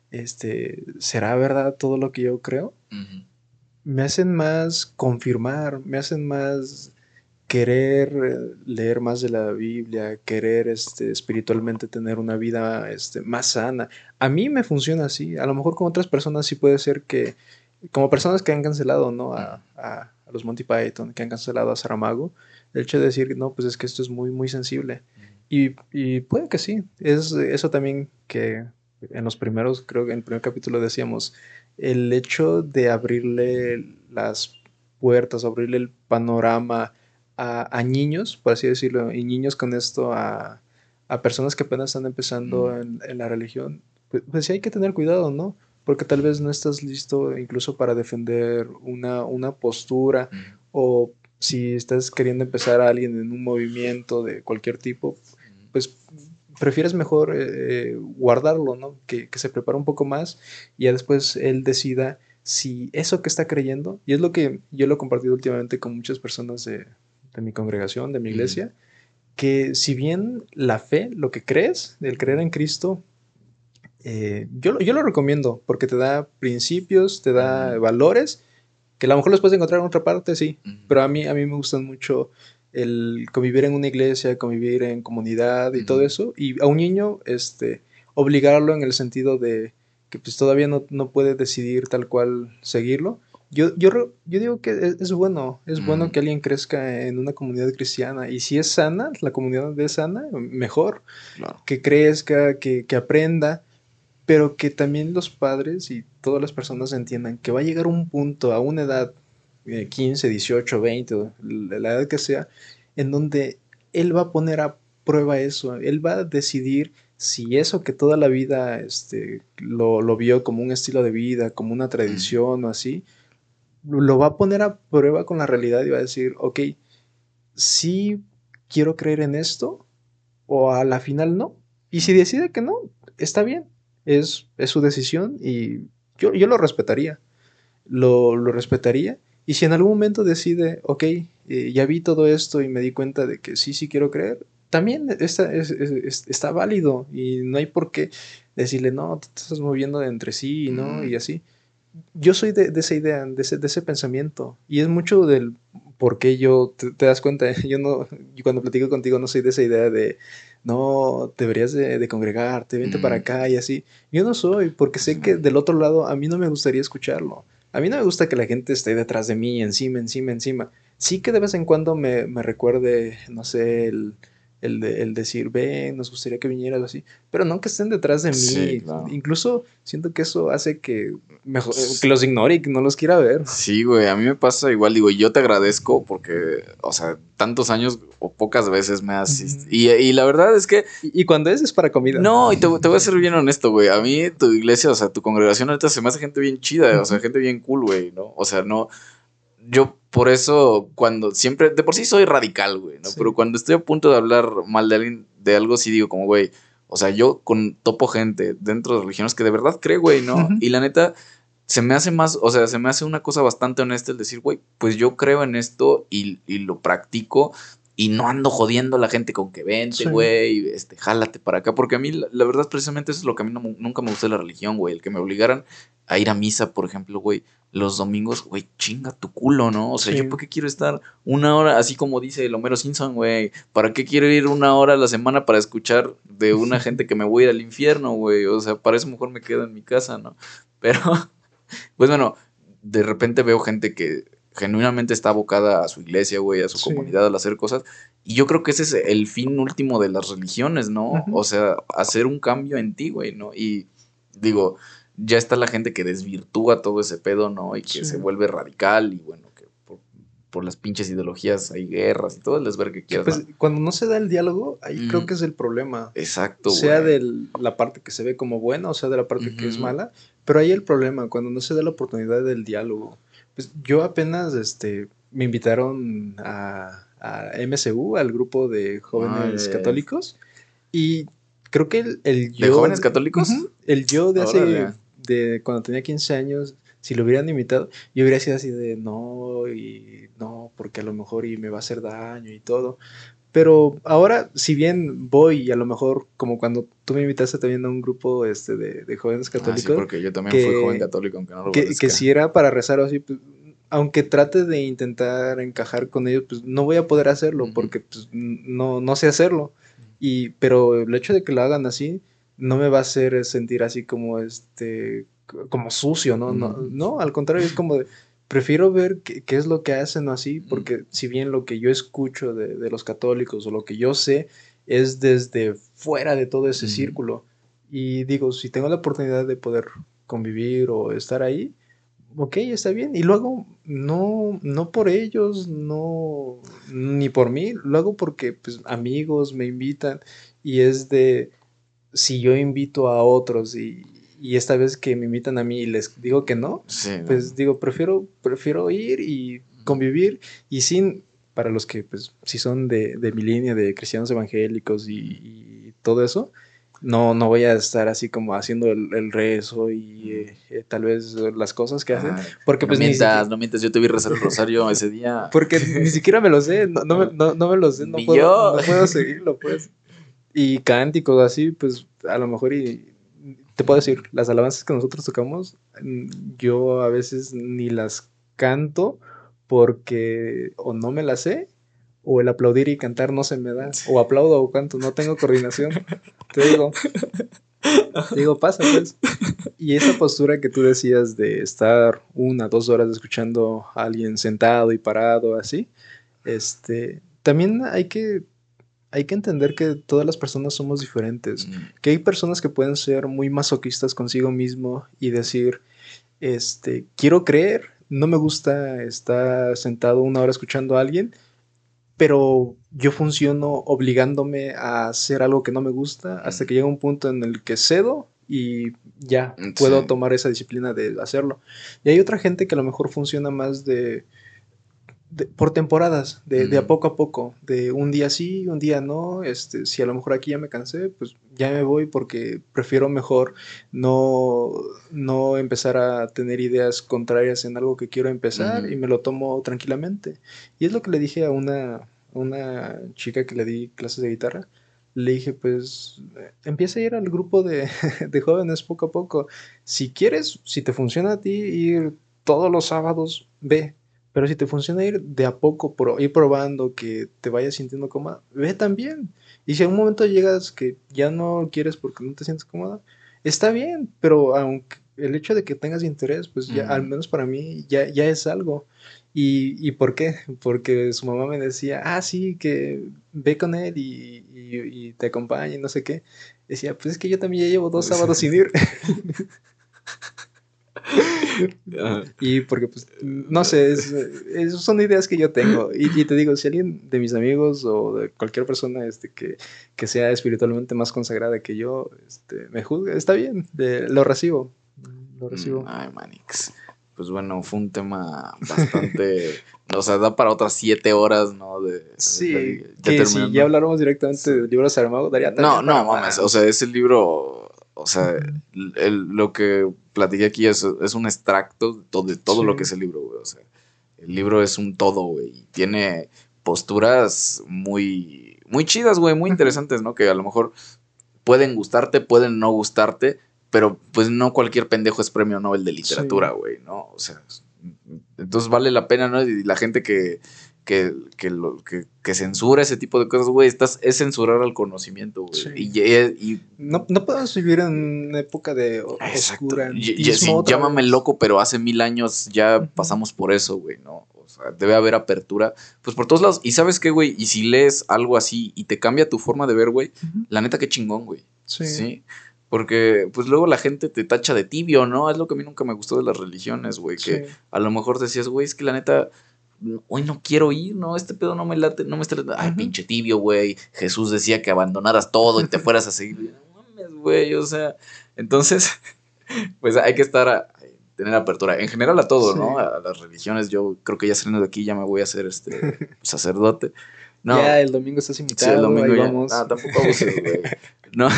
¿será verdad todo lo que yo creo? ujú, Me hacen más confirmar, me hacen más querer leer más de la Biblia, querer espiritualmente tener una vida más sana. A mí me funciona así, a lo mejor con otras personas sí puede ser que, como personas que han cancelado, ¿no? ujú, A los Monty Python, que han cancelado a Saramago, el hecho de decir, no, pues es que esto es muy sensible. ujú. Y puede que sí, es eso también que en los primeros, creo que en el primer capítulo decíamos, el hecho de abrirle las puertas, abrirle el panorama a niños, por así decirlo, y niños con esto a personas que apenas están empezando en la religión, pues sí hay que tener cuidado, ¿no? Porque tal vez no estás listo incluso para defender una postura o si estás queriendo empezar a alguien en un movimiento de cualquier tipo, pues prefieres mejor guardarlo, ¿no? Que se prepare un poco más y ya después él decida si eso que está creyendo, y es lo que yo lo he compartido últimamente con muchas personas de mi congregación, de mi iglesia, que si bien la fe, lo que crees, el creer en Cristo, yo lo recomiendo porque te da principios, te da valores que a lo mejor los puedes encontrar en otra parte, sí, pero a mí me gustan mucho el convivir en una iglesia, convivir en comunidad y todo eso, y a un niño, obligarlo en el sentido de que pues todavía no puede decidir tal cual seguirlo. Yo digo que es bueno que alguien crezca en una comunidad cristiana, y si es sana, la comunidad es sana, mejor, Claro. que crezca, que aprenda, pero que también los padres y todas las personas entiendan que va a llegar un punto, a una edad, 15, 18, 20, la edad que sea, en donde él va a poner a prueba eso, él va a decidir si eso que toda la vida lo vio como un estilo de vida, como una tradición o así, lo va a poner a prueba con la realidad y va a decir, ok, sí quiero creer en esto, o a la final no. Y si decide que no, está bien, es su decisión y yo lo respetaría, lo respetaría. Y si en algún momento decide, ok, ya vi todo esto y me di cuenta de que sí quiero creer, también está válido y no hay por qué decirle, no, te estás moviendo de entre sí, ¿no? Y así. Yo soy de esa idea, de ese pensamiento. Y es mucho del por qué te das cuenta, yo cuando platico contigo no soy de esa idea de, no, deberías de congregarte, vente para acá y así. Yo no soy, porque sé que del otro lado a mí no me gustaría escucharlo. A mí no me gusta que la gente esté detrás de mí, encima, encima, encima. Sí que de vez en cuando me recuerde, no sé, el decir, ven, nos gustaría que vinieras así, pero no que estén detrás de Sí, mí. claro. Incluso siento que eso hace que los ignore y que no los quiera ver. Sí, güey, a mí me pasa igual, digo, yo te agradezco porque, o sea, tantos años o pocas veces me has... Y la verdad es que... Y cuando es para comida. No, y te voy a ser bien honesto, güey, a mí tu iglesia, o sea, tu congregación ahorita se me hace gente bien chida, o sea, gente bien cool, güey, ¿no? O sea, no... Yo por eso, cuando siempre, de por sí soy radical, güey, ¿no? Sí. Pero cuando estoy a punto de hablar mal de alguien, de algo, sí digo como, güey, o sea, yo topo gente dentro de religiones que de verdad cree, güey, ¿no? Y la neta, se me hace más, o sea, se me hace una cosa bastante honesta el decir, güey, pues yo creo en esto y lo practico y no ando jodiendo a la gente con que vente, Sí. güey, jálate para acá, porque a mí, la verdad, precisamente eso es lo que a mí nunca me gustó de la religión, güey, el que me obligaran a ir a misa, por ejemplo, güey, los domingos, güey, chinga tu culo, ¿no? O sea, Sí. ¿yo por qué quiero estar una hora, así como dice el Homero Simpson, güey? ¿Para qué quiero ir una hora a la semana para escuchar de una gente que me voy a ir al infierno, güey? O sea, para eso mejor me quedo en mi casa, ¿no? Pero, pues bueno, de repente veo gente que genuinamente está abocada a su iglesia, güey, a su Sí. comunidad, al hacer cosas. Y yo creo que ese es el fin último de las religiones, ¿no? O sea, hacer un cambio en ti, güey, ¿no? Y digo, ya está la gente que desvirtúa todo ese pedo, ¿no? Y que Sí. se vuelve radical y bueno, que por las pinches ideologías hay guerras y todo el desver que Que quieras, pues ¿no? cuando no se da el diálogo, ahí creo que es el problema. Exacto, Sea güey. de la parte que se ve como buena o sea de la parte que es mala, pero ahí el problema, cuando no se da la oportunidad del diálogo. Pues yo apenas me invitaron a MCU, al grupo de jóvenes Ay, católicos, y creo que el ¿de yo, jóvenes católicos? el yo de hace, Órale. de cuando tenía 15 años, si lo hubieran invitado, yo hubiera sido así de no, y no, porque a lo mejor y me va a hacer daño y todo. Pero ahora, si bien voy y a lo mejor, como cuando tú me invitaste también a un grupo de jóvenes Ah, sí, católicos, porque yo también fui joven que, católico, aunque no lo que parezca. si era para rezar o así, pues, aunque trate de intentar encajar con ellos, pues no voy a poder hacerlo porque pues, no sé hacerlo. Pero el hecho de que lo hagan así no me va a hacer sentir así como como sucio, ¿no? No, al contrario, es como de, prefiero ver qué es lo que hacen o así, porque si bien lo que yo escucho de los católicos o lo que yo sé es desde fuera de todo ese círculo, Y digo, si tengo la oportunidad de poder convivir o estar ahí, ok, está bien. Y lo hago no por ellos, no, ni por mí, lo hago porque pues amigos me invitan y es de, si yo invito a otros y esta vez que me invitan a mí y les digo que no, Sí, pues digo, prefiero ir y convivir y sin, para los que pues si son de mi línea de cristianos evangélicos y todo eso, no voy a estar así como haciendo el rezo y tal vez las cosas que hacen, porque no pues ni siquiera, mientas, no mientas, yo te vi rezar el rosario ese día. porque ni siquiera me lo sé, no me lo sé, Ni yo. no puedo seguirlo, pues. Y cánticos así, pues a lo mejor y te puedo decir, las alabanzas que nosotros tocamos, yo a veces ni las canto porque o no me las sé o el aplaudir y cantar no se me da, o aplaudo o canto, no tengo coordinación. Te digo, pasa pues. Y esa postura que tú decías de estar 1, 2 horas escuchando a alguien sentado y parado así, también hay que entender que todas las personas somos diferentes, que hay personas que pueden ser muy masoquistas consigo mismo y decir, quiero creer, no me gusta estar sentado 1 hora escuchando a alguien, pero yo funciono obligándome a hacer algo que no me gusta hasta que llega un punto en el que cedo y ya puedo Sí. tomar esa disciplina de hacerlo. Y hay otra gente que a lo mejor funciona más por temporadas, de a poco a poco, de un día sí, un día no, si a lo mejor aquí ya me cansé, pues ya me voy porque prefiero mejor no, no empezar a tener ideas contrarias en algo que quiero empezar y me lo tomo tranquilamente. Y es lo que le dije a una chica que le di clases de guitarra. Le dije, pues empieza a ir al grupo de jóvenes poco a poco. Si quieres, si te funciona a ti ir todos los sábados, ve. Pero si te funciona ir de a poco, ir probando, que te vayas sintiendo cómoda, ve también. Y si a un momento llegas que ya no quieres porque no te sientes cómoda, está bien, pero aunque el hecho de que tengas interés, pues ya, al menos para mí, ya es algo. ¿Y por qué? Porque su mamá me decía, sí, que ve con él y te acompaña y no sé qué. Decía, pues es que yo también ya llevo 2 sábados sin ir. Y porque, pues, no sé, son ideas que yo tengo. Y te digo, si alguien de mis amigos o de cualquier persona que sea espiritualmente más consagrada que yo, me juzga, está bien, lo recibo. Lo recibo. Ay, Manix. Pues bueno, fue un tema bastante. O sea, da para otras 7 horas, ¿no? Sí, Ya que si ya terminando. habláramos directamente Sí. del libro de Saramago, daría No, también para no, mames. O más. sea, ese libro. O sea, Ujú. lo que platiqué aquí es un extracto de todo lo que Sí. es el libro, güey. O sea, el libro es un todo, güey. Y tiene posturas muy, muy chidas, güey, muy Ujú. interesantes, ¿no? Que a lo mejor pueden gustarte, pueden no gustarte, pero pues no cualquier pendejo es premio Nobel de literatura, Sí. güey, ¿no? O sea, entonces vale la pena, ¿no? Y la gente que censura ese tipo de cosas, güey, es censurar al conocimiento, güey. Sí. Y No podemos vivir en una época de exacto. oscurantismo Sí, otra llámame vez. loco, pero hace 1000 años ya Ujú. pasamos por eso, güey, ¿no? O sea, debe haber apertura, pues por todos lados. Y sabes qué, güey, y si lees algo así y te cambia tu forma de ver, güey, Ujú. la neta, qué chingón, güey. Sí. Sí. Porque, pues luego la gente te tacha de tibio, ¿no? Es lo que a mí nunca me gustó de las religiones, güey. Que Sí. a lo mejor decías, güey, es que la neta, hoy no quiero ir, ¿no? Este pedo no me late, no me está. Ay, Ujú. pinche tibio, güey. Jesús decía que abandonaras todo y te fueras a seguir. No mames, güey, o sea. Entonces, pues hay que tener apertura. En general a todo, ¿no? Sí. A las religiones. Yo creo que ya saliendo de aquí ya me voy a hacer sacerdote. No, Ya el domingo estás sí, el invitado, ahí domingo ya. vamos. No, tampoco abuses, güey. No,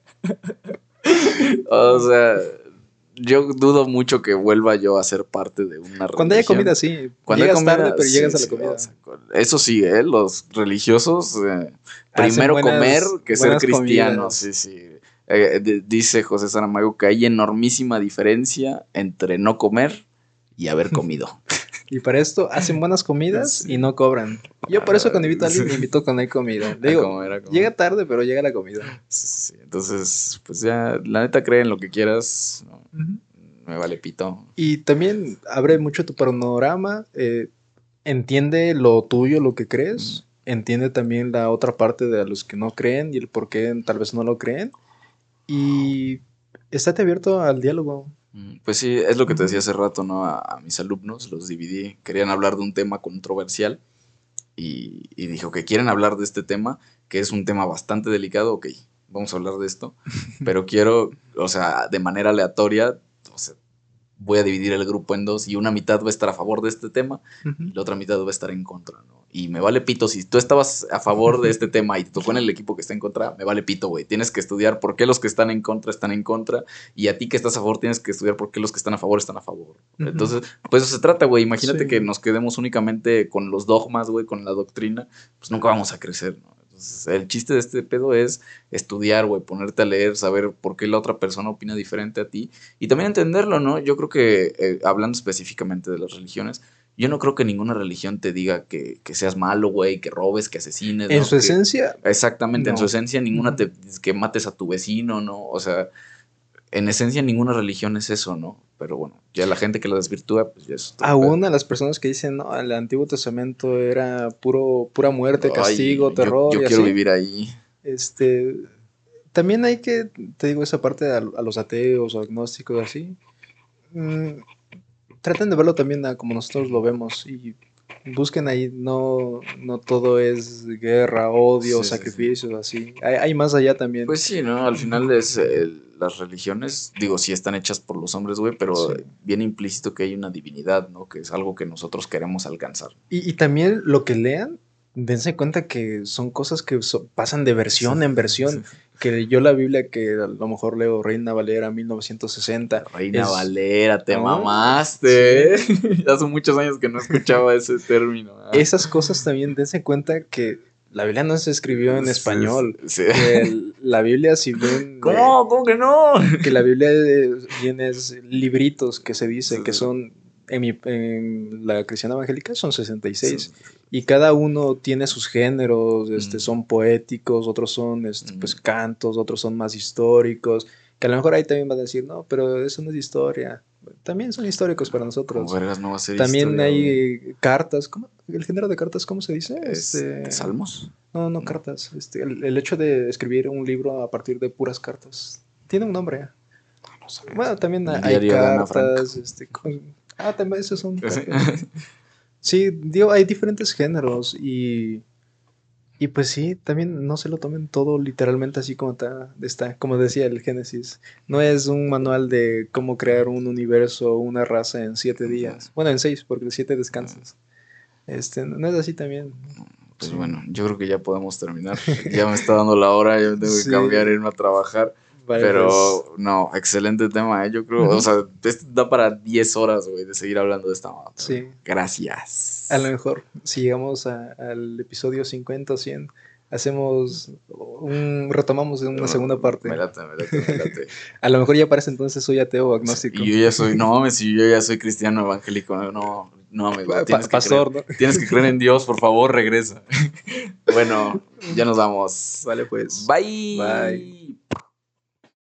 o sea, yo dudo mucho que vuelva yo a ser parte de una Cuando haya comida, religión. sí. Cuando hay Llegas tarde, comida, pero sí, llegas a la sí, o comida. sea, eso sí, los religiosos, Hacen primero comer que ser buenas cristianos, comidas. sí, sí. Dice José Saramago que hay enormísima diferencia entre no comer y haber comido. Y para esto hacen buenas comidas y Sí. no cobran. Yo por eso Ah, cuando invito a sí. alguien, invito cuando hay comida. Le A digo, comer, a comer. llega tarde, pero llega la comida. Sí, sí, sí. Entonces, pues ya, la neta, cree en lo que quieras. No, Ujú. me vale pito. Y también abre mucho tu panorama, entiende lo tuyo, lo que Mm, crees, entiende también la otra parte de los que no creen y el por qué tal vez no lo creen. Y estate abierto al diálogo. Pues sí, es lo que te decía hace rato, ¿no? A mis alumnos los dividí, querían hablar de un tema controversial y dije, ok, quieren hablar de este tema, que es un tema bastante delicado, ok, vamos a hablar de esto, pero quiero, o sea, de manera aleatoria, o sea, voy a dividir el grupo en dos y una mitad va a estar a favor de este tema y la otra mitad va a estar en contra, ¿no? Y me vale pito, si tú estabas a favor de este tema y te tocó en el equipo que está en contra, me vale pito, güey. Tienes que estudiar por qué los que están en contra y a ti que estás a favor tienes que estudiar por qué los que están a favor están a favor. Entonces, pues eso se trata, güey. Imagínate que nos quedemos únicamente con los dogmas, güey, con la doctrina, pues nunca vamos a crecer, ¿no? Entonces, el chiste de este pedo es estudiar, güey, ponerte a leer, saber por qué la otra persona opina diferente a ti y también entenderlo, ¿no? Yo creo que, hablando específicamente de las religiones, yo no creo que ninguna religión te diga que seas malo, güey, que robes, que asesines, En ¿no? su esencia. Exactamente, No. en su esencia ninguna te dice que mates a tu vecino, ¿no? O sea, en esencia ninguna religión es eso, ¿no? Pero bueno, ya la gente que la desvirtúa, pues ya es otro Aún pedo. a las personas que dicen, no, el Antiguo Testamento era pura muerte, castigo, Ay, terror yo y quiero así. vivir ahí. Este, también hay que, te digo, esa parte a los ateos o agnósticos así. Traten de verlo también como nosotros lo vemos y busquen ahí, no todo es guerra, odio, Sí, sí, sí. sacrificios, así. Hay más allá también. Pues sí, ¿no? Al final es las religiones, digo, sí están hechas por los hombres, güey, pero Sí. viene implícito que hay una divinidad, ¿no? Que es algo que nosotros queremos alcanzar. Y también lo que lean, dense cuenta que son cosas que pasan de versión en versión. Que yo la Biblia, que a lo mejor leo Reina Valera 1960, Reina es... Valera, te Ah, mamaste. sí. Hace muchos años que no escuchaba ese término. Esas cosas también dense cuenta que la Biblia no se escribió en Sí, español. sí. Que la Biblia, si bien... ¿Cómo? ¿Cómo que no? que la Biblia bien es libritos que se dice, Sí, que sí. son... En la cristiana evangélica son 66 Sí. y cada uno tiene sus géneros, Mm. son poéticos, otros son pues cantos, otros son más históricos, que a lo mejor ahí también van a decir, no, pero eso no es historia. También son históricos para Como nosotros. vergas no va a ser También historia, güey. hay cartas, ¿cómo? ¿El género de cartas cómo se dice? ¿Salmos? No, cartas. El hecho de escribir un libro a partir de puras cartas. Tiene un nombre. No sabía. Bueno, también El hay diario de Ana Frank. cartas, también esos son cartas. Sí, digo, hay diferentes géneros y pues sí, también no se lo tomen todo literalmente así como está, como decía el Génesis. No es un manual de cómo crear un universo o una raza en 7 días. Bueno, en 6, porque el 7 descansas. No es así también. Pues Sí. bueno, yo creo que ya podemos terminar. Ya me está dando la hora, ya me tengo que Sí. cambiar, irme a trabajar. Vale, Pero pues. no, excelente tema, ¿eh? Yo creo, o sea, esto da para 10 horas, güey, de seguir hablando de esta moda. Sí. Gracias. A lo mejor, si llegamos al episodio 50 o 100, retomamos en una segunda parte. Me late. A lo mejor ya para ese entonces soy ateo o agnóstico. Y yo ya soy, no mames, si yo ya soy cristiano evangélico, no, amigo, Pastor, ¿no? Tienes que creer en Dios, por favor, regresa. Bueno, ya nos vamos. Vale, pues. Bye. Bye.